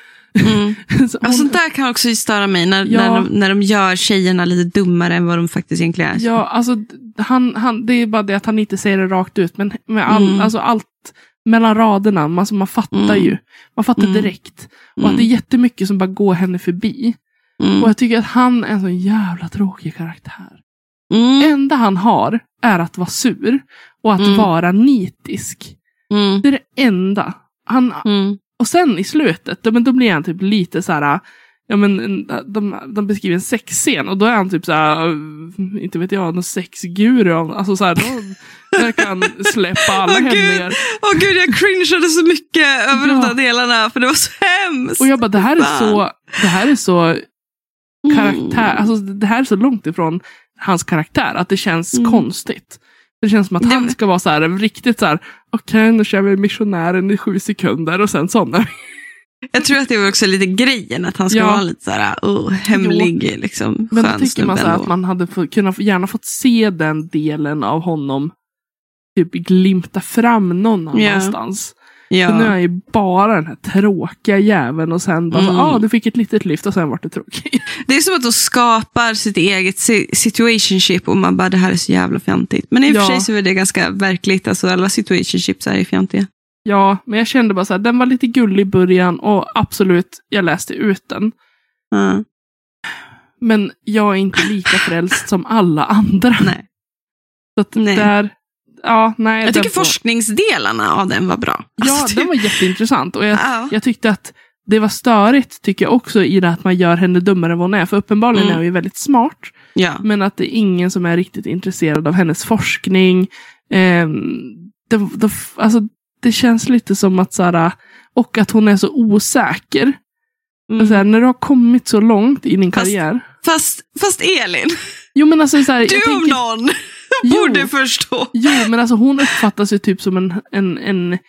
Mm. Så hon, sånt där kan också störa mig när, ja, när, de, när de gör tjejerna lite dummare än vad de faktiskt egentligen är. Ja, alltså han, han, det är bara det att han inte säger det rakt ut. Men med all, mm. alltså, allt mellan raderna, alltså, man fattar mm. ju. Man fattar mm. direkt. Och mm. att det är jättemycket som bara går henne förbi. Mm. Och jag tycker att han är en så jävla tråkig karaktär. Mm. Enda han har är att vara sur. Och att mm. vara nitisk. Mm. Det är det enda. Han... Mm. Och sen i slutet, då, men då blir han typ lite så här, ja men de, de beskriver en sexscen och då är han typ så här, inte vet jag, någon sexguru, alltså så här, då där kan släppa alla oh, hämningar. Åh oh, gud, jag cringeade så mycket över ja. de där delarna, för det var så hemskt. Och jag bara, det här är så, det här är så karaktär, mm. alltså det här är så långt ifrån hans karaktär att det känns mm. konstigt. Det känns som att han ska vara så här riktigt så här, okej, okay, nu kör vi missionären i sju sekunder och sen sådana. Jag tror att det var också lite grejen att han ska ja. vara lite så här oh, hemlig jo. liksom. Men då tycker man så här att man hade få, kunnat gärna fått se den delen av honom typ glimta fram någon annanstans. Ja. Ja. Så nu är ju bara den här tråkiga jäveln och sen bara, ja mm. ah, du fick ett litet lyft och sen var det tråkigt. Det är som att de skapar sitt eget situationship och man bara, det här är så jävla fjantigt. Men i och ja. för sig så är det ganska verkligt, alltså alla situationships är fjantiga. Ja, men jag kände bara så här, den var lite gullig i början och absolut, jag läste ut den. Mm. Men jag är inte lika frälst som alla andra. Nej. Så att Nej. där... Ja, nej, jag tycker forskningsdelarna av den var bra. Ja, alltså, den var jätteintressant. Och jag, ja. jag tyckte att det var störigt, tycker jag också, i det att man gör henne dummare än vad hon är. För uppenbarligen mm. är hon ju väldigt smart. Ja. Men att det är ingen som är riktigt intresserad av hennes forskning. Eh, det, det, alltså, det känns lite som att såhär, och att hon är så osäker. Mm. Såhär, när du har kommit så långt i din fast, karriär. Fast, fast Elin. Jo, men alltså, såhär, du jag om tänker, någon borde jo, förstå. Jo, men alltså hon uppfattas ju typ som en, en, en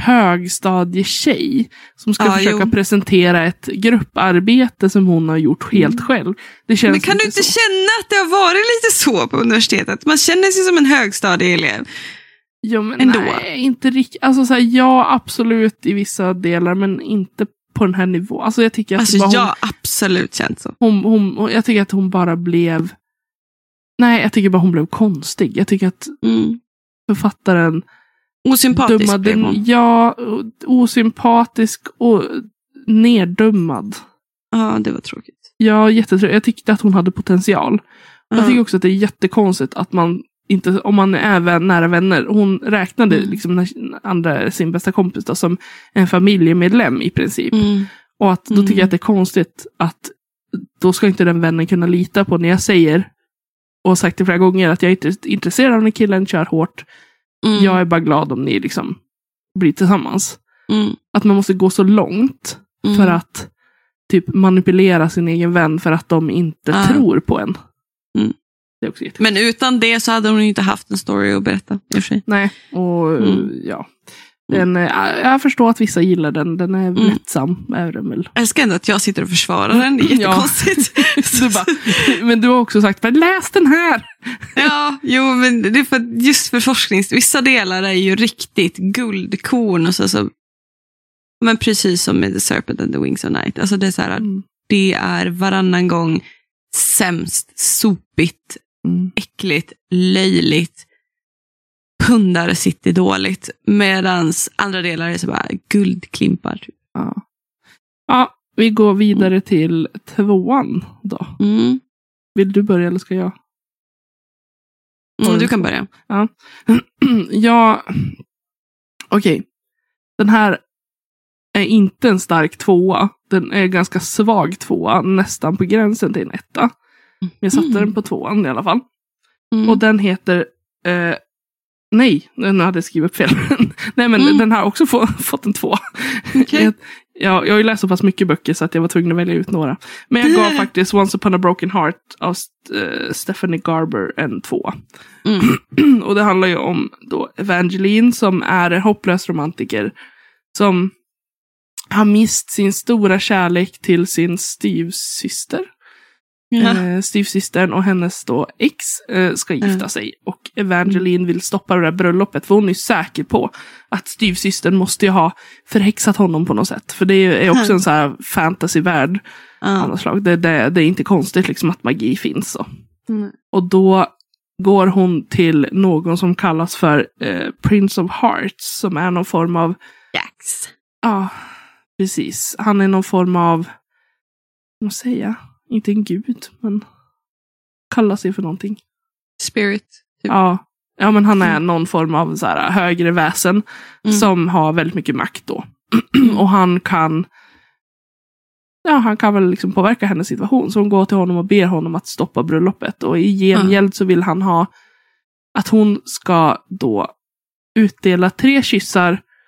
högstadietjej som ska ah, försöka jo. presentera ett grupparbete som hon har gjort helt själv. Det känns men kan du inte så. känna att det har varit lite så på universitetet? Man känner sig som en högstadieelev. Jo, men ändå. Nej, inte riktigt. Alltså så här, ja, absolut i vissa delar, men inte på den här nivån. Alltså jag tycker att alltså, bara hon, jag absolut känt så. Hon, hon, jag tycker att hon bara blev nej, jag tycker bara hon blev konstig. Jag tycker att mm. författaren osympatisk dummade, blev hon. Ja, osympatisk och neddummad. Ja, det var tråkigt. Ja, jättetråkigt. Jag tyckte att hon hade potential. Mm. Jag tycker också att det är jättekonstigt att man inte, om man är vän, nära vänner. Hon räknade mm. liksom den andra, sin bästa kompis då, som en familjemedlem i princip. Mm. Och att då tycker mm. jag att det är konstigt att då ska inte den vännen kunna lita på när jag säger och sagt det flera gånger att jag är inte intresserad av när killen kör hårt. Mm. Jag är bara glad om ni liksom blir tillsammans. Mm. Att man måste gå så långt mm. för att typ manipulera sin egen vän för att de inte ah. tror på en. Mm. Det är också Men utan det så hade hon ju inte haft en story att berätta. Nej, och mm. ja. Den, jag förstår att vissa gillar den. Den är mm. lättsam. Är den väl. Jag älskar ändå att jag sitter och försvarar den. Det är jättekonstigt. Ja. Du bara, men du har också sagt, läs den här! Ja, jo, men det är för just för forsknings... Vissa delar är ju riktigt guldkorn. Och så, så, men precis som med The Serpent and the Wings of Night. Alltså det är så här, mm. det är varannan gång sämst, sopigt, mm. äckligt, löjligt. Pundare sitter dåligt. Medans andra delar är så bara guldklimpar. Typ. Ja. Ja, vi går vidare till tvåan då. Mm. Vill du börja eller ska jag? Mm, du kan börja. Ja, ja. Okej. Okay. Den här är inte en stark tvåa. Den är ganska svag tvåa. Nästan på gränsen till en etta. Men jag satte mm. den på tvåan i alla fall. Mm. Och den heter... Eh, nej, nu hade jag skrivit upp fel. Nej, men mm. den har också få, fått en två. Okay. jag, jag, jag har ju läst så pass mycket böcker så att jag var tvungen att välja ut några. Men jag gav faktiskt Once upon a broken heart av uh, Stephanie Garber en två. Mm. Och det handlar ju om då Evangeline som är en hopplös romantiker som har mist sin stora kärlek till sin styvsyster. Ja. Eh, styvsystern och hennes då ex eh, ska gifta mm. sig. Och Evangeline vill stoppa det där bröllopet. För hon är säker på att styvsystern måste ju ha förhäxat honom på något sätt. För det är också mm. en så här fantasyvärld. Mm. Slag. Det, det, det är inte konstigt liksom att magi finns. Så. Mm. Och då går hon till någon som kallas för eh, Prince of Hearts. Som är någon form av... Jax. Ja, precis. Han är någon form av... Vad säger jag? Inte en gud, men kallar sig för någonting. Spirit. Typ. Ja. ja, men han är någon form av så här, högre väsen mm. som har väldigt mycket makt då. Och han kan ja, han kan väl liksom påverka hennes situation. Så hon går till honom och ber honom att stoppa bröllopet. Och i gengäld mm. så vill han ha att hon ska då utdela tre kyssar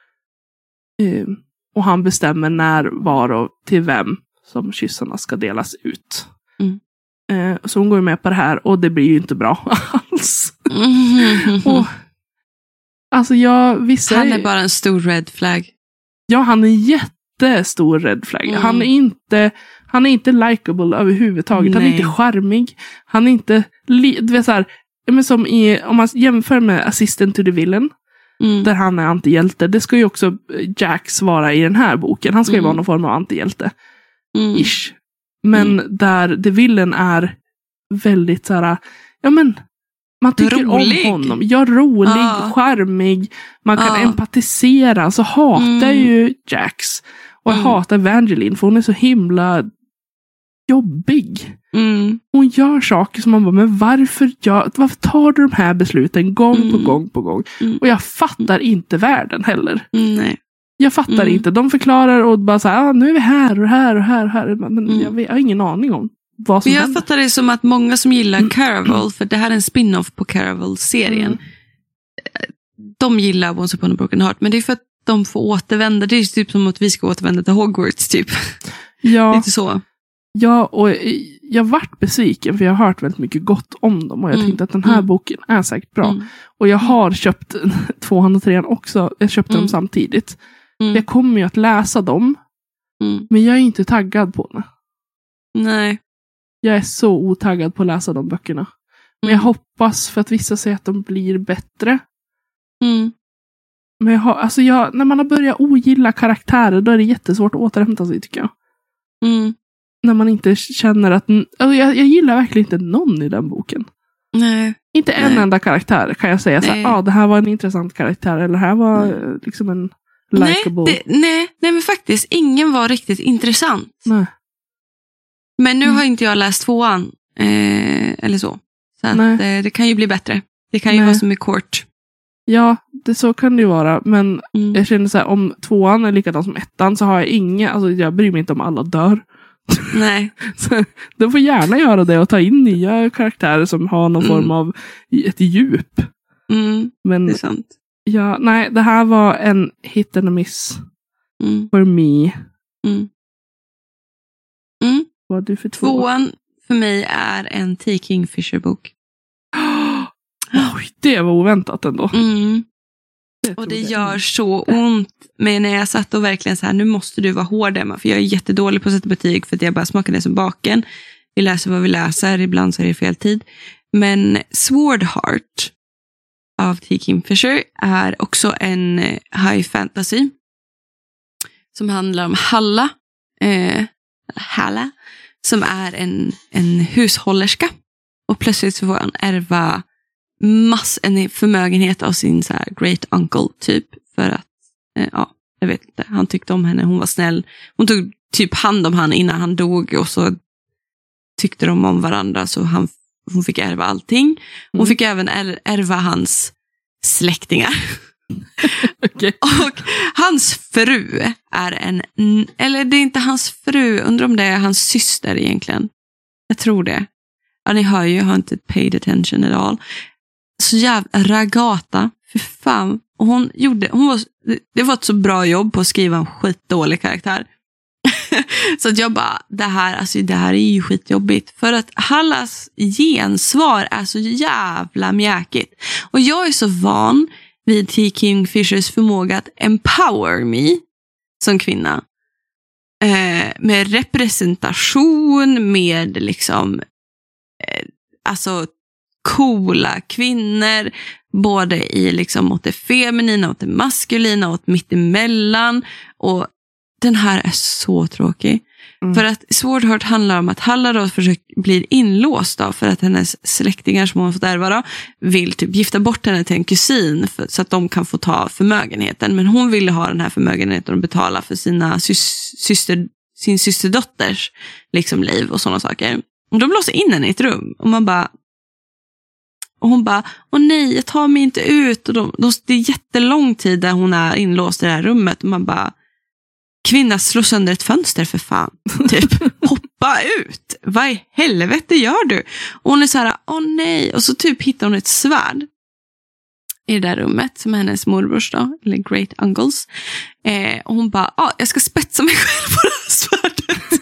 eh, och han bestämmer när, var och till vem som kyssarna ska delas ut. Mm. Eh, så hon går med på det här och det blir ju inte bra alls. Mm. och, alltså jag vissa Han är bara en stor red flag. Ja, han är en jättestor red flag. Mm. Han är inte han är inte likable överhuvudtaget. Nej. Han är inte charmig. Han är inte li- du vet så här, men som i om man jämför med Assistant to the Villain mm. där han är antihjälte. Det ska ju också Jax vara i den här boken. Han ska ju mm. vara någon form av antihjälte. Mm. Ish. Men mm. där The Villain är väldigt så här, ja men man tycker rolig. om honom. Ja, rolig, ah. charmig. Man kan ah. empatisera. Så hatar mm. ju Jax. Och jag mm. hatar Evangeline för hon är så himla jobbig. Mm. Hon gör saker som man bara, men varför, gör, varför tar du de här besluten gång mm. på gång på gång? Mm. Och jag fattar inte världen heller. Mm, nej. Jag fattar mm. inte. De förklarar och bara så här, ah, nu är vi här och här och här och här. Men mm. jag, jag har ingen aning om vad som jag händer. fattar det som att många som gillar mm. Caraval, för det här är en spin-off på Caraval-serien. Mm. De gillar Once upon a broken heart, men det är för att de får återvända. Det är typ som att vi ska återvända till Hogwarts, typ. Ja. Lite så. Ja, och jag vart besviken för jag har hört väldigt mycket gott om dem och jag mm. tänkte att den här mm. boken är säkert bra. Mm. Och jag har köpt tvåan och trean också. Jag köpte mm. dem samtidigt. Mm. Jag kommer ju att läsa dem. Mm. Men jag är inte taggad på det. Nej. Jag är så otaggad på att läsa de böckerna. Men mm. jag hoppas för att vissa säger att de blir bättre. Mm. Men jag har, alltså jag, när man har börjat ogilla karaktärer då är det jättesvårt att återhämta sig tycker jag. Mm. När man inte känner att... Alltså jag, jag gillar verkligen inte någon i den boken. Nej. Inte en Nej. enda karaktär kan jag säga. Ja, ah, det här var en intressant karaktär. Eller det här var nej. liksom en likable... Nej, det, nej, nej, men faktiskt. Ingen var riktigt intressant. Nej. Men nu mm. har inte jag läst tvåan. Eh, eller så. Så att, eh, det kan ju bli bättre. Det kan ju nej. vara som i Court. Ja, det så kan det ju vara. Men mm. jag känner så här, om tvåan är likadan som ettan så har jag inga... Alltså jag bryr mig inte om alla dör. Nej. Så de får gärna göra det och ta in nya karaktärer som har någon mm. form av ett djup. Mm, Men det är sant. Ja, nej, det här var en hit and a miss mm. for me. Mm. Mm. Vad är du för två? Tvåan för mig är en T. Kingfisher-bok. Oj, det var oväntat ändå. Mm. Det och det gör så ont. Men när jag satt och verkligen så här, nu måste du vara hård, Emma. För jag är jättedålig på att sätta betyg för att jag bara smakar det som baken. Vi läser vad vi läser, ibland så är det fel tid. Men Swordheart av T. Kingfisher är också en high fantasy. Som handlar om Halla. Eh, Halla. Som är en, en hushållerska. Och plötsligt så får han ärva mass, en förmögenhet av sin så här great uncle typ. För att, eh, ja, jag vet inte. Han tyckte om henne, hon var snäll. Hon tog typ hand om han innan han dog. Och så tyckte de om varandra. Så han, hon fick ärva allting. Hon mm. fick även är, ärva hans släktingar. Okay. Och hans fru är en, eller det är inte hans fru, undrar om det är hans syster egentligen. Jag tror det. Ja, ni hör ju, jag har inte paid attention at all. Så jävla Ragata, för fan. Och hon gjorde, hon var, det var ett så bra jobb på att skriva en skitdålig karaktär. Så att jag bara, det här, alltså det här är ju skitjobbigt. För att Hallas gensvar är så jävla mjäkigt. Och jag är så van vid T. Kingfishers förmåga att empower me som kvinna. Eh, med representation, med liksom eh, alltså coola kvinnor, både i liksom åt det feminina, åt det maskulina, åt mittemellan. Och den här är så tråkig. Mm. För att Swordheart handlar om att Halla då försöker, blir inlåst då, för att hennes släktingar som hon fått ärva då, vill typ gifta bort henne till en kusin för, så att de kan få ta förmögenheten. Men hon ville ha den här förmögenheten och betala för sina sys, syster, sin systerdotters liksom liv och sådana saker. Och de blåser in henne i ett rum och man bara, och hon bara, åh nej, jag tar mig inte ut. Och de, de, det är jättelång tid där hon är inlåst i det här rummet och man bara, kvinna slår sönder ett fönster för fan. Typ, hoppa ut. Vad i helvete gör du? Och hon är så här, åh nej. Och så typ hittar hon ett svärd i det där rummet som är hennes morbrors då, eller great uncles. Eh, och hon bara, ah, jag ska spetsa mig själv på det här svärdet.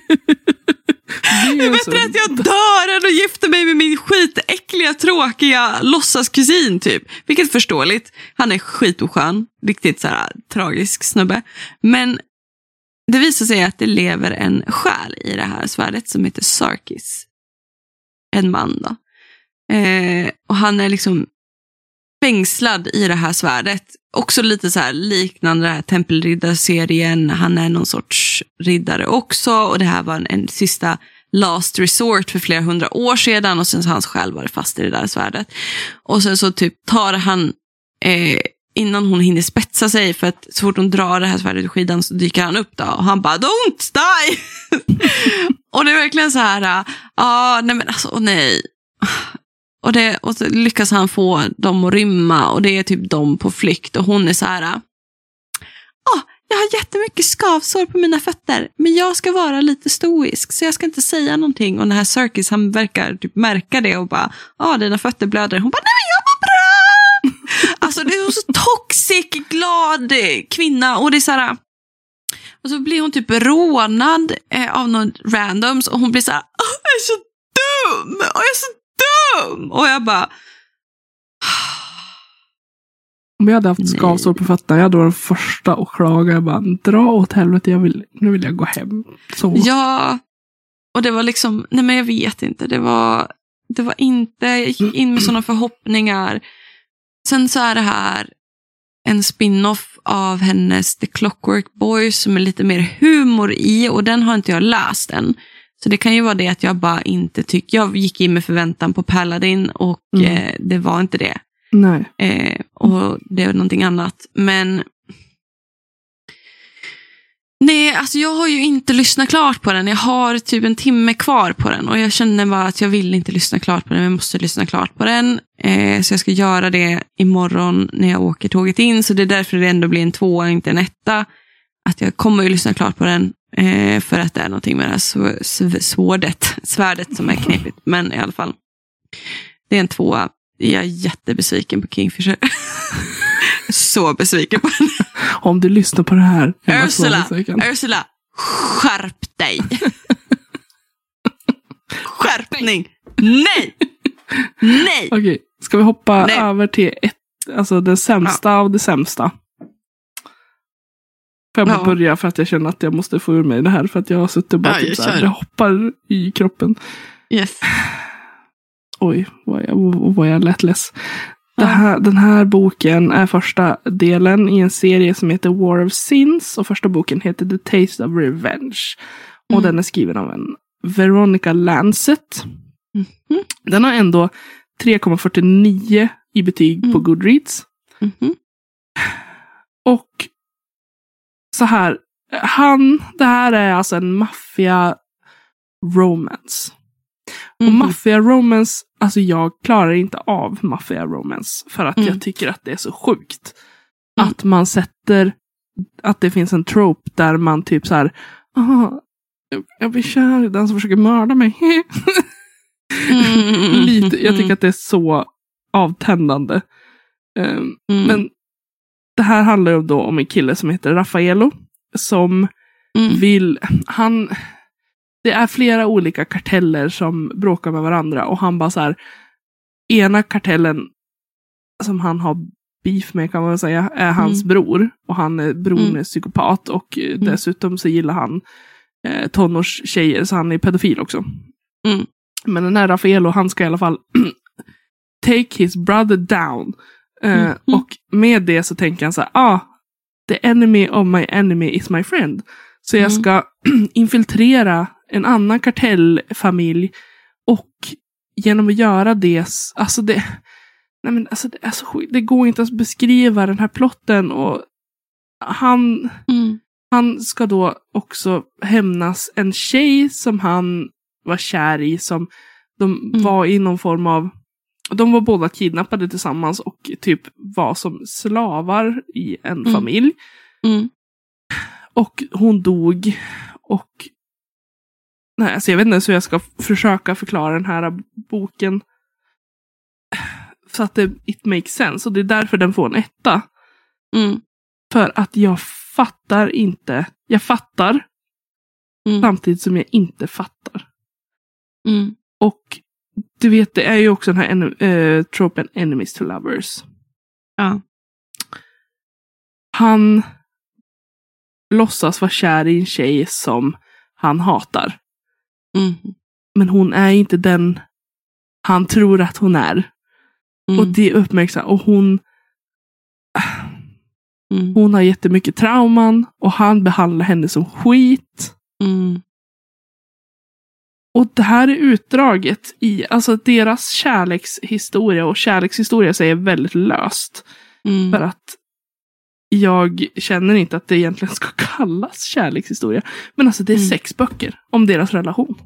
Det är bättre att jag dör än att gifta mig med min skitäckliga, tråkiga låtsaskusin typ. Vilket är förståeligt. Han är skitoskön. Riktigt så här tragisk snubbe. Men det visar sig att det lever en själ i det här svärdet som heter Sarkis. En man då. Eh, och han är liksom fängslad i det här svärdet. Också lite så här liknande den här tempelriddarserien. Han är någon sorts riddare också. Och det här var en, en sista last resort för flera hundra år sedan. Och sen så hans själ var fast i det där svärdet. Och sen så typ tar han... Eh, innan hon hinner spetsa sig, för att så fort hon drar det här svärdet i skidan så dyker han upp då. Och han bara, don't die! Och det är verkligen så här, ja, ah, nej men alltså, oh, nej. Och, det, och så lyckas han få dem att rymma och det är typ dem på flykt. Och hon är så här, ja, ah, jag har jättemycket skavsår på mina fötter, men jag ska vara lite stoisk så jag ska inte säga någonting. Och den här Sarkis, han verkar typ märka det och bara, ja, ah, dina fötter blöder. Hon bara, nej men jag var bra! Alltså det är så toxic, glad kvinna. Och det är så här, och så blir hon typ rånad eh, av någon randoms. Och hon blir så här, oh, jag är så dum! Och jag är så dum! Och jag bara... Om jag hade haft skavsår på fötterna, jag hade varit den första att klaga. Jag bara, dra åt helvete, jag vill, nu vill jag gå hem. Så. Ja, och det var liksom, nej men jag vet inte. Det var, det var inte, jag gick in med sådana förhoppningar. Sen så är det här en spin-off av hennes The Clockwork Boys som är lite mer humor i, och den har inte jag läst än. Så det kan ju vara det att jag bara inte tycker, jag gick in med förväntan på Paladin och mm. eh, det var inte det. Nej. Eh, och det var någonting annat. Men nej, alltså jag har ju inte lyssnat klart på den. Jag har typ en timme kvar på den. Och jag känner bara att jag vill inte lyssna klart på den. Jag måste lyssna klart på den. Eh, så jag ska göra det imorgon när jag åker tåget in. Så det är därför det ändå blir en tvåa, inte en etta. Att jag kommer ju lyssna klart på den. Eh, för att det är någonting med det här sv- sv- svärdet, svärdet som är knepigt. Men i alla fall. Det är en tvåa. Jag är jättebesviken på Kingfisher. Så besviken på henne. Om du lyssnar på det här. Ursula, Ursula, skärp dig. Skärpning. Nej. Nej. Okej, ska vi hoppa Nej. över till ett, alltså det sämsta ja. av det sämsta. Får jag bara ja. börja för att jag känner att jag måste få ur mig det här för att jag har suttit och bara ja, typ såhär, det hoppar i kroppen. Yes. Oj, vad jag, vad jag lät less. Det här, den här boken är första delen i en serie som heter War of Sins. Och första boken heter The Taste of Revenge. Och mm. den är skriven av en Veronica Lancet. Mm. Den har ändå tre komma fyrtionio i betyg mm. på Goodreads. Mm. Och så här, han, det här är alltså en maffia romance. Mm. Och maffia romance, alltså jag klarar inte av maffia romance för att mm. jag tycker att det är så sjukt. Mm. Att man sätter, att det finns en trope där man typ så här, aha, jag blir kär i den som försöker mörda mig. mm. Lite, jag tycker att det är så avtändande. Um, mm. Men det här handlar ju då om en kille som heter Raffaello som mm. vill, han, det är flera olika karteller som bråkar med varandra och han bara så här, ena kartellen som han har beef med kan man säga är hans mm. bror och han är bron mm. är psykopat och mm. dessutom så gillar han eh, tonårstjejer så han är pedofil också. Mm. Men den här Raffaello, han ska i alla fall take his brother down. Uh, mm. Och med det så tänker han så här, ah, the enemy of my enemy is my friend. Så jag ska mm. infiltrera en annan kartellfamilj och genom att göra det, alltså det, nej men alltså det är så sjukt, det går inte att beskriva den här plotten och han, mm. han ska då också hämnas en tjej som han var kär i som de mm. var i någon form av, de var båda kidnappade tillsammans och typ var som slavar i en mm. familj. Mm. Och hon dog. Och nej, alltså jag vet inte hur jag ska försöka förklara den här boken så att det it makes sense. Och det är därför den får en etta. Mm. För att jag fattar inte. Jag fattar mm. samtidigt som jag inte fattar. Mm. Och du vet, det är ju också den här en, äh, tropen enemies to lovers. Ja. Han låtsas vara kär i en tjej som han hatar. Mm. Men hon är inte den han tror att hon är. Mm. Och det är uppmärksamt. Och hon mm. hon har jättemycket trauman och han behandlar henne som skit. Mm. Och det här är utdraget i, alltså deras kärlekshistoria, och kärlekshistoria säger väldigt löst. Mm. För att jag känner inte att det egentligen ska kallas kärlekshistoria. Men alltså det är mm. sex böcker om deras relation.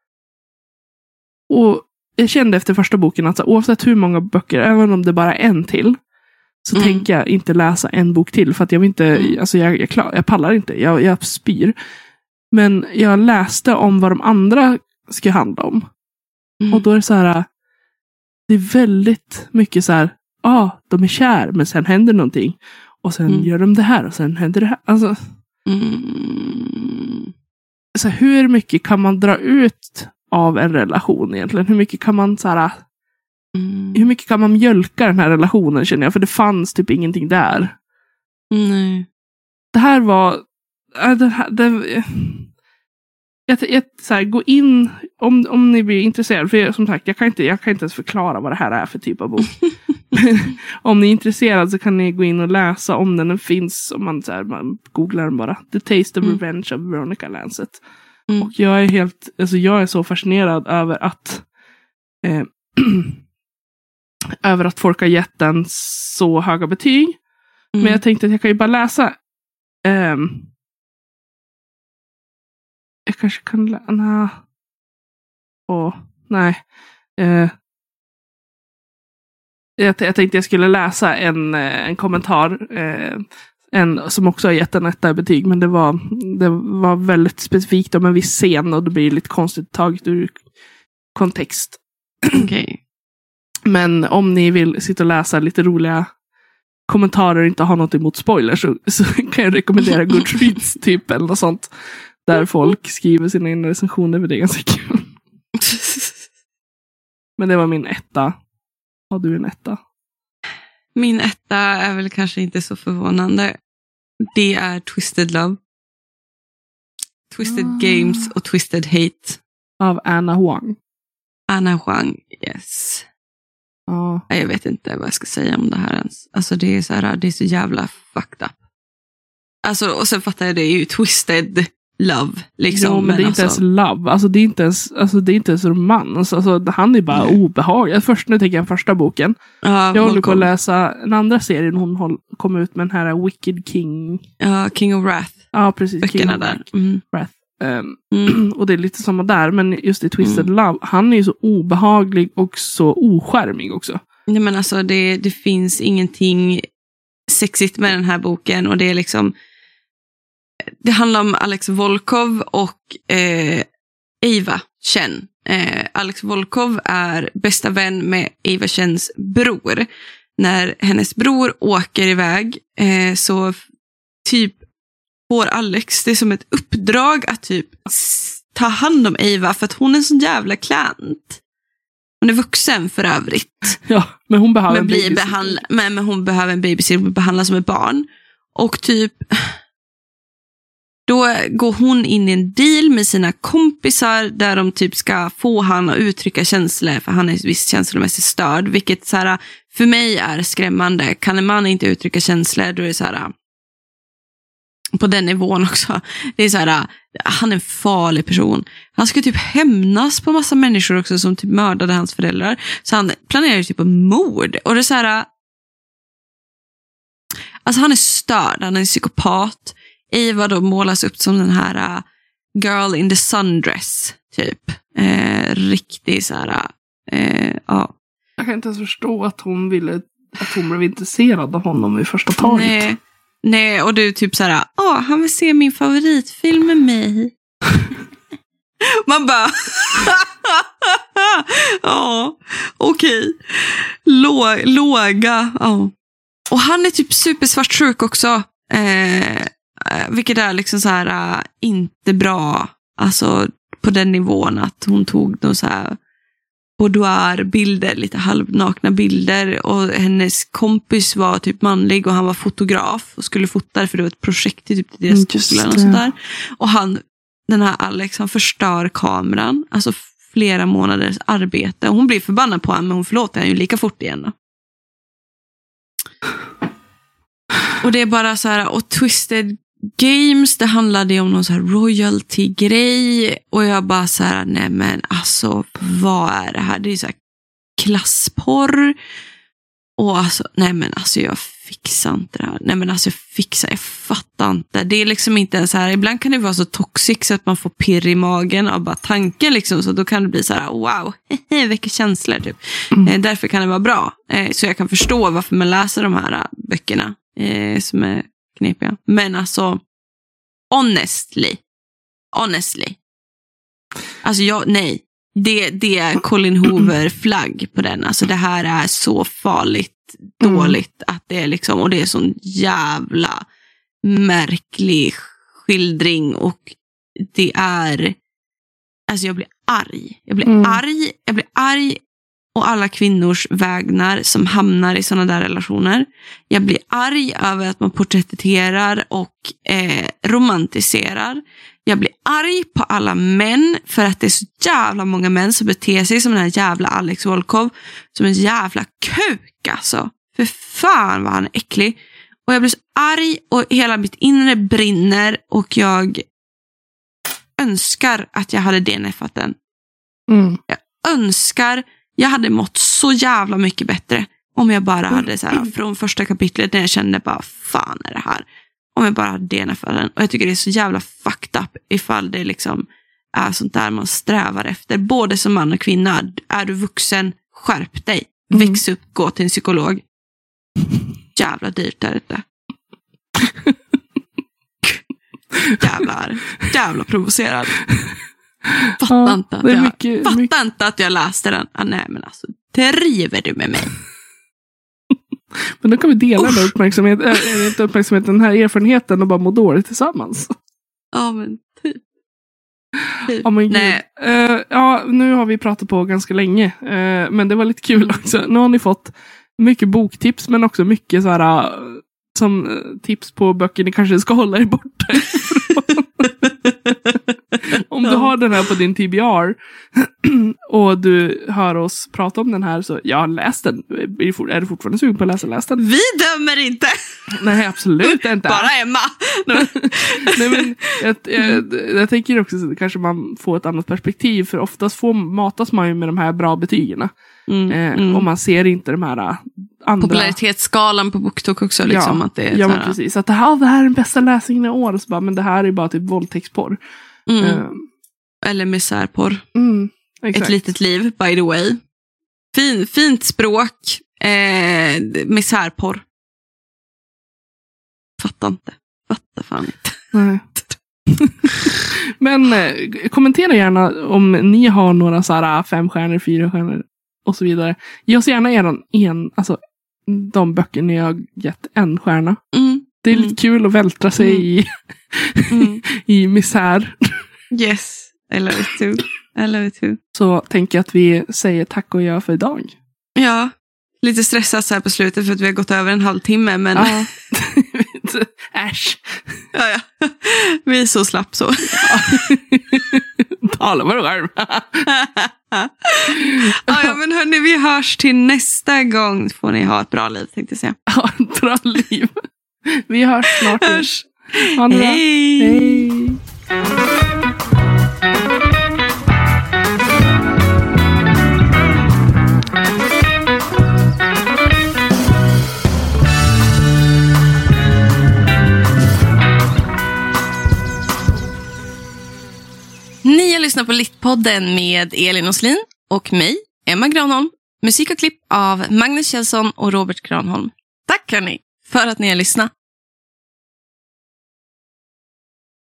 Och jag kände efter första boken att så, oavsett hur många böcker, även om det bara är en till, så mm. tänker jag inte läsa en bok till. För att jag vill inte, mm. alltså jag, jag, klar, jag pallar inte, jag, jag spyr. Men jag läste om vad de andra ska handla om. Mm. Och då är det så här, det är väldigt mycket så här, ja, ah, de är kär, men sen händer någonting. Och sen mm. gör de det här, och sen händer det här. Alltså, mm. så här, hur mycket kan man dra ut av en relation egentligen? Hur mycket kan man så här, mm. hur mycket kan man mjölka den här relationen, känner jag? För det fanns typ ingenting där. Nej. Det här var, äh, det här, det, Ett, ett, så här, gå in om, om ni blir intresserade, för som sagt jag kan, inte, jag kan inte ens förklara vad det här är för typ av bok. Om ni är intresserade så kan ni gå in och läsa om den. Den finns, om man, så här, man googlar den bara, The Taste of mm. Revenge of Veronica Lancet. Mm. Och jag är helt, alltså jag är så fascinerad över att eh, över att folk har gett den så höga betyg. Mm. Men jag tänkte att jag kan ju bara läsa eh, jag kanske kan läsa. Åh, nej. Eh, jag, jag tänkte jag skulle läsa en, en kommentar. Eh, en som också har gett en etta i betyg, men det var, det var väldigt specifikt om en viss scen och det blir lite konstigt taget ur kontext. Okej. Okay. Men om ni vill sitta och läsa lite roliga kommentarer och inte ha något emot spoilers så, så kan jag rekommendera Goodreads typ eller något sånt. Där folk skriver sina egna recensioner, för det är ganska kul. Men det var min etta. Har du en etta? Min etta är väl kanske inte så förvånande. Det är Twisted Love. Twisted ah. Games och Twisted Hate. Av Anna Huang. Anna Huang, yes. Ah. Jag vet inte vad jag ska säga om det här ens. Alltså det är så här, det är så jävla fucked up. Alltså, och sen fattar jag, det är ju Twisted Love. Liksom, jo, men, men det är inte alltså... ens love. Alltså det är inte ens, alltså, det är inte ens romans. Alltså, han är bara mm. obehaglig. Först, nu tänker jag första boken. Ja, jag håller på att läsa en andra serien. Hon håll, kom ut med den här Wicked King. Ja, King of Wrath. Ja, precis. Böckerna där. Mm. Wrath. Um, mm. Och det är lite samma där. Men just i Twisted mm. Love, han är ju så obehaglig och så oskärmig också. Nej, men alltså det, det finns ingenting sexigt med den här boken. Och det är liksom... Det handlar om Alex Volkov och eh, Eva Chen. Eh, Alex Volkov är bästa vän med Eva Chens bror. När hennes bror åker iväg eh, så typ får Alex det som ett uppdrag att typ ta hand om Eva, för att hon är en sån jävla klant. Hon är vuxen för övrigt. Ja, men hon behöver men en blir behandla, men, men hon behöver en babysitter och behandlas som ett barn. Och typ... Då går hon in i en deal med sina kompisar där de typ ska få han att uttrycka känslor, för han är visst känslomässigt störd, vilket så här, för mig är skrämmande. Kan en man inte uttrycka känslor, då är det så här, på den nivån också. Det är så här, han är en farlig person. Han ska typ hämnas på massa människor också som typ mördade hans föräldrar. Så han planerar ju typ en mord. Och det är så här, alltså han är störd, han är en psykopat. Eva då målas upp som den här uh, girl in the sundress typ. Eh, riktigt så här, eh, ja. Jag kan inte ens förstå att hon ville, att hon blev intresserad av honom i första taget. Nej, nej, och du typ så här, ja, han vill se min favoritfilm med mig. Man bara, ja, okej. Lå, låga, ja. Och han är typ supersvartsjuk också. Eh, vilket är liksom så här uh, inte bra. Alltså på den nivån att hon tog någon så här boudoir-bilder, lite halvnakna bilder, och hennes kompis var typ manlig och han var fotograf och skulle fota, för det var ett projekt i typ deras skolan och sådär. Och han, den här Alex, han förstör kameran, alltså flera månaders arbete. Och hon blir förbannad på honom, men hon förlåter han ju lika fort igen då. Och det är bara så här, och Twisted Games, det handlade om någon så här royalty-grej, och jag bara så här, nej men alltså, vad är det här? Det är så här klassporr, och alltså, nej men alltså jag fixar inte det här. Nej men alltså jag fixar, jag fattar inte. Det är liksom inte ens så här, ibland kan det vara så toxic så att man får pirr i magen av bara tanken liksom, så då kan det bli så här, wow, vilka känslor typ. Mm. Eh, därför kan det vara bra. Eh, så jag kan förstå varför man läser de här uh, böckerna eh, som är knepiga. Men alltså, honestly, honestly. Alltså jag, nej. Det, det är Colin Hoover-flagg på den. Alltså det här är så farligt dåligt att det är liksom, och det är sån jävla märklig skildring, och det är, alltså jag blir arg. Jag blir mm. arg, jag blir arg och alla kvinnors vägnar som hamnar i såna där relationer. Jag blir arg över att man porträtterar och eh, romantiserar. Jag blir arg på alla män för att det är så jävla många män som beter sig som den här jävla Alex Volkov, som en jävla kuk alltså. För fan vad han är äcklig. Och jag blir så arg och hela mitt inre brinner, och jag önskar att jag hade D N F-at den. Mm. Jag önskar jag hade mått så jävla mycket bättre om jag bara hade så här, från första kapitlet när jag kände bara, fan är det här? Om jag bara hade D N F-at den. Och jag tycker det är så jävla fucked up ifall det liksom är sånt där man strävar efter. Både som man och kvinna. Är du vuxen, skärp dig. Mm. Väx upp, gå till en psykolog. Jävla dyrt är det. Jävlar, jävla provocerad. Fattar Ja, inte att det är jag, mycket- fattar mycket- inte att jag läste den. Ah, nej men alltså, driver du med mig? Men då kan vi dela den Usch. uppmärksamhet, äh, inte uppmärksamhet, den här erfarenheten och bara må dåligt tillsammans. Ja men typ. typ. Ja, men gud. Nej. Eh, ja, nu har vi pratat på ganska länge. eh, men det var lite kul också. Nu har ni fått mycket boktips, men också mycket så här, eh, som eh, tips på böcker ni kanske ska hålla er borta ifrån. Om du Ja. har den här på din T B R och du hör oss prata om den här, så ja, läs den. Är du fort- är du fortfarande sugen på att läsa, läs den? Vi dömer inte. Nej, absolut inte. Bara Emma. Nej, men jag, jag, jag tänker också att kanske man får ett annat perspektiv, för oftast får, matas man ju med de här bra betygen. Mm, Eh, mm. och man ser inte de här äh, andra... Popularitetsskalan på BookTok också. Liksom, ja, att det är ja så men här- precis. Att det här, det här är den bästa läsningen i år. Och så bara, men det här är bara typ våldtäktsporr. Mm. Eh, Eller misärporr. mm, exakt. Ett litet liv, by the way. Fin, fint språk. Eh, misärporr. Fattar inte. Fattar fan inte. Nej. Men eh, kommentera gärna om ni har några så här fem stjärnor, fyra stjärnor och så vidare. Ge oss gärna er en, alltså de böcker ni har gett en stjärna. Mm. Det är Mm. lite kul att vältra sig Mm. i, Mm. i misär. Yes, I love it too. I love it too. Så tänker jag att vi säger tack och gör för idag. Ja, lite stressat så här på slutet för att vi har gått över en halvtimme. Men Ja. Äsch. ja, ja. Vi är så slapp så. Tala med dig själv. ja, ja, men hörni, vi hörs till nästa gång. Får ni ha ett bra liv, tänkte jag säga. Ja, ett bra liv. Vi hörs snart. Hörs. Ha det bra. Hej. Hej. Ni har lyssnat på Littpodden med Elin Åslin och mig, Emma Granholm. Musik och klipp av Magnus Kjellson och Robert Granholm. Tack hörni för att ni har lyssnat.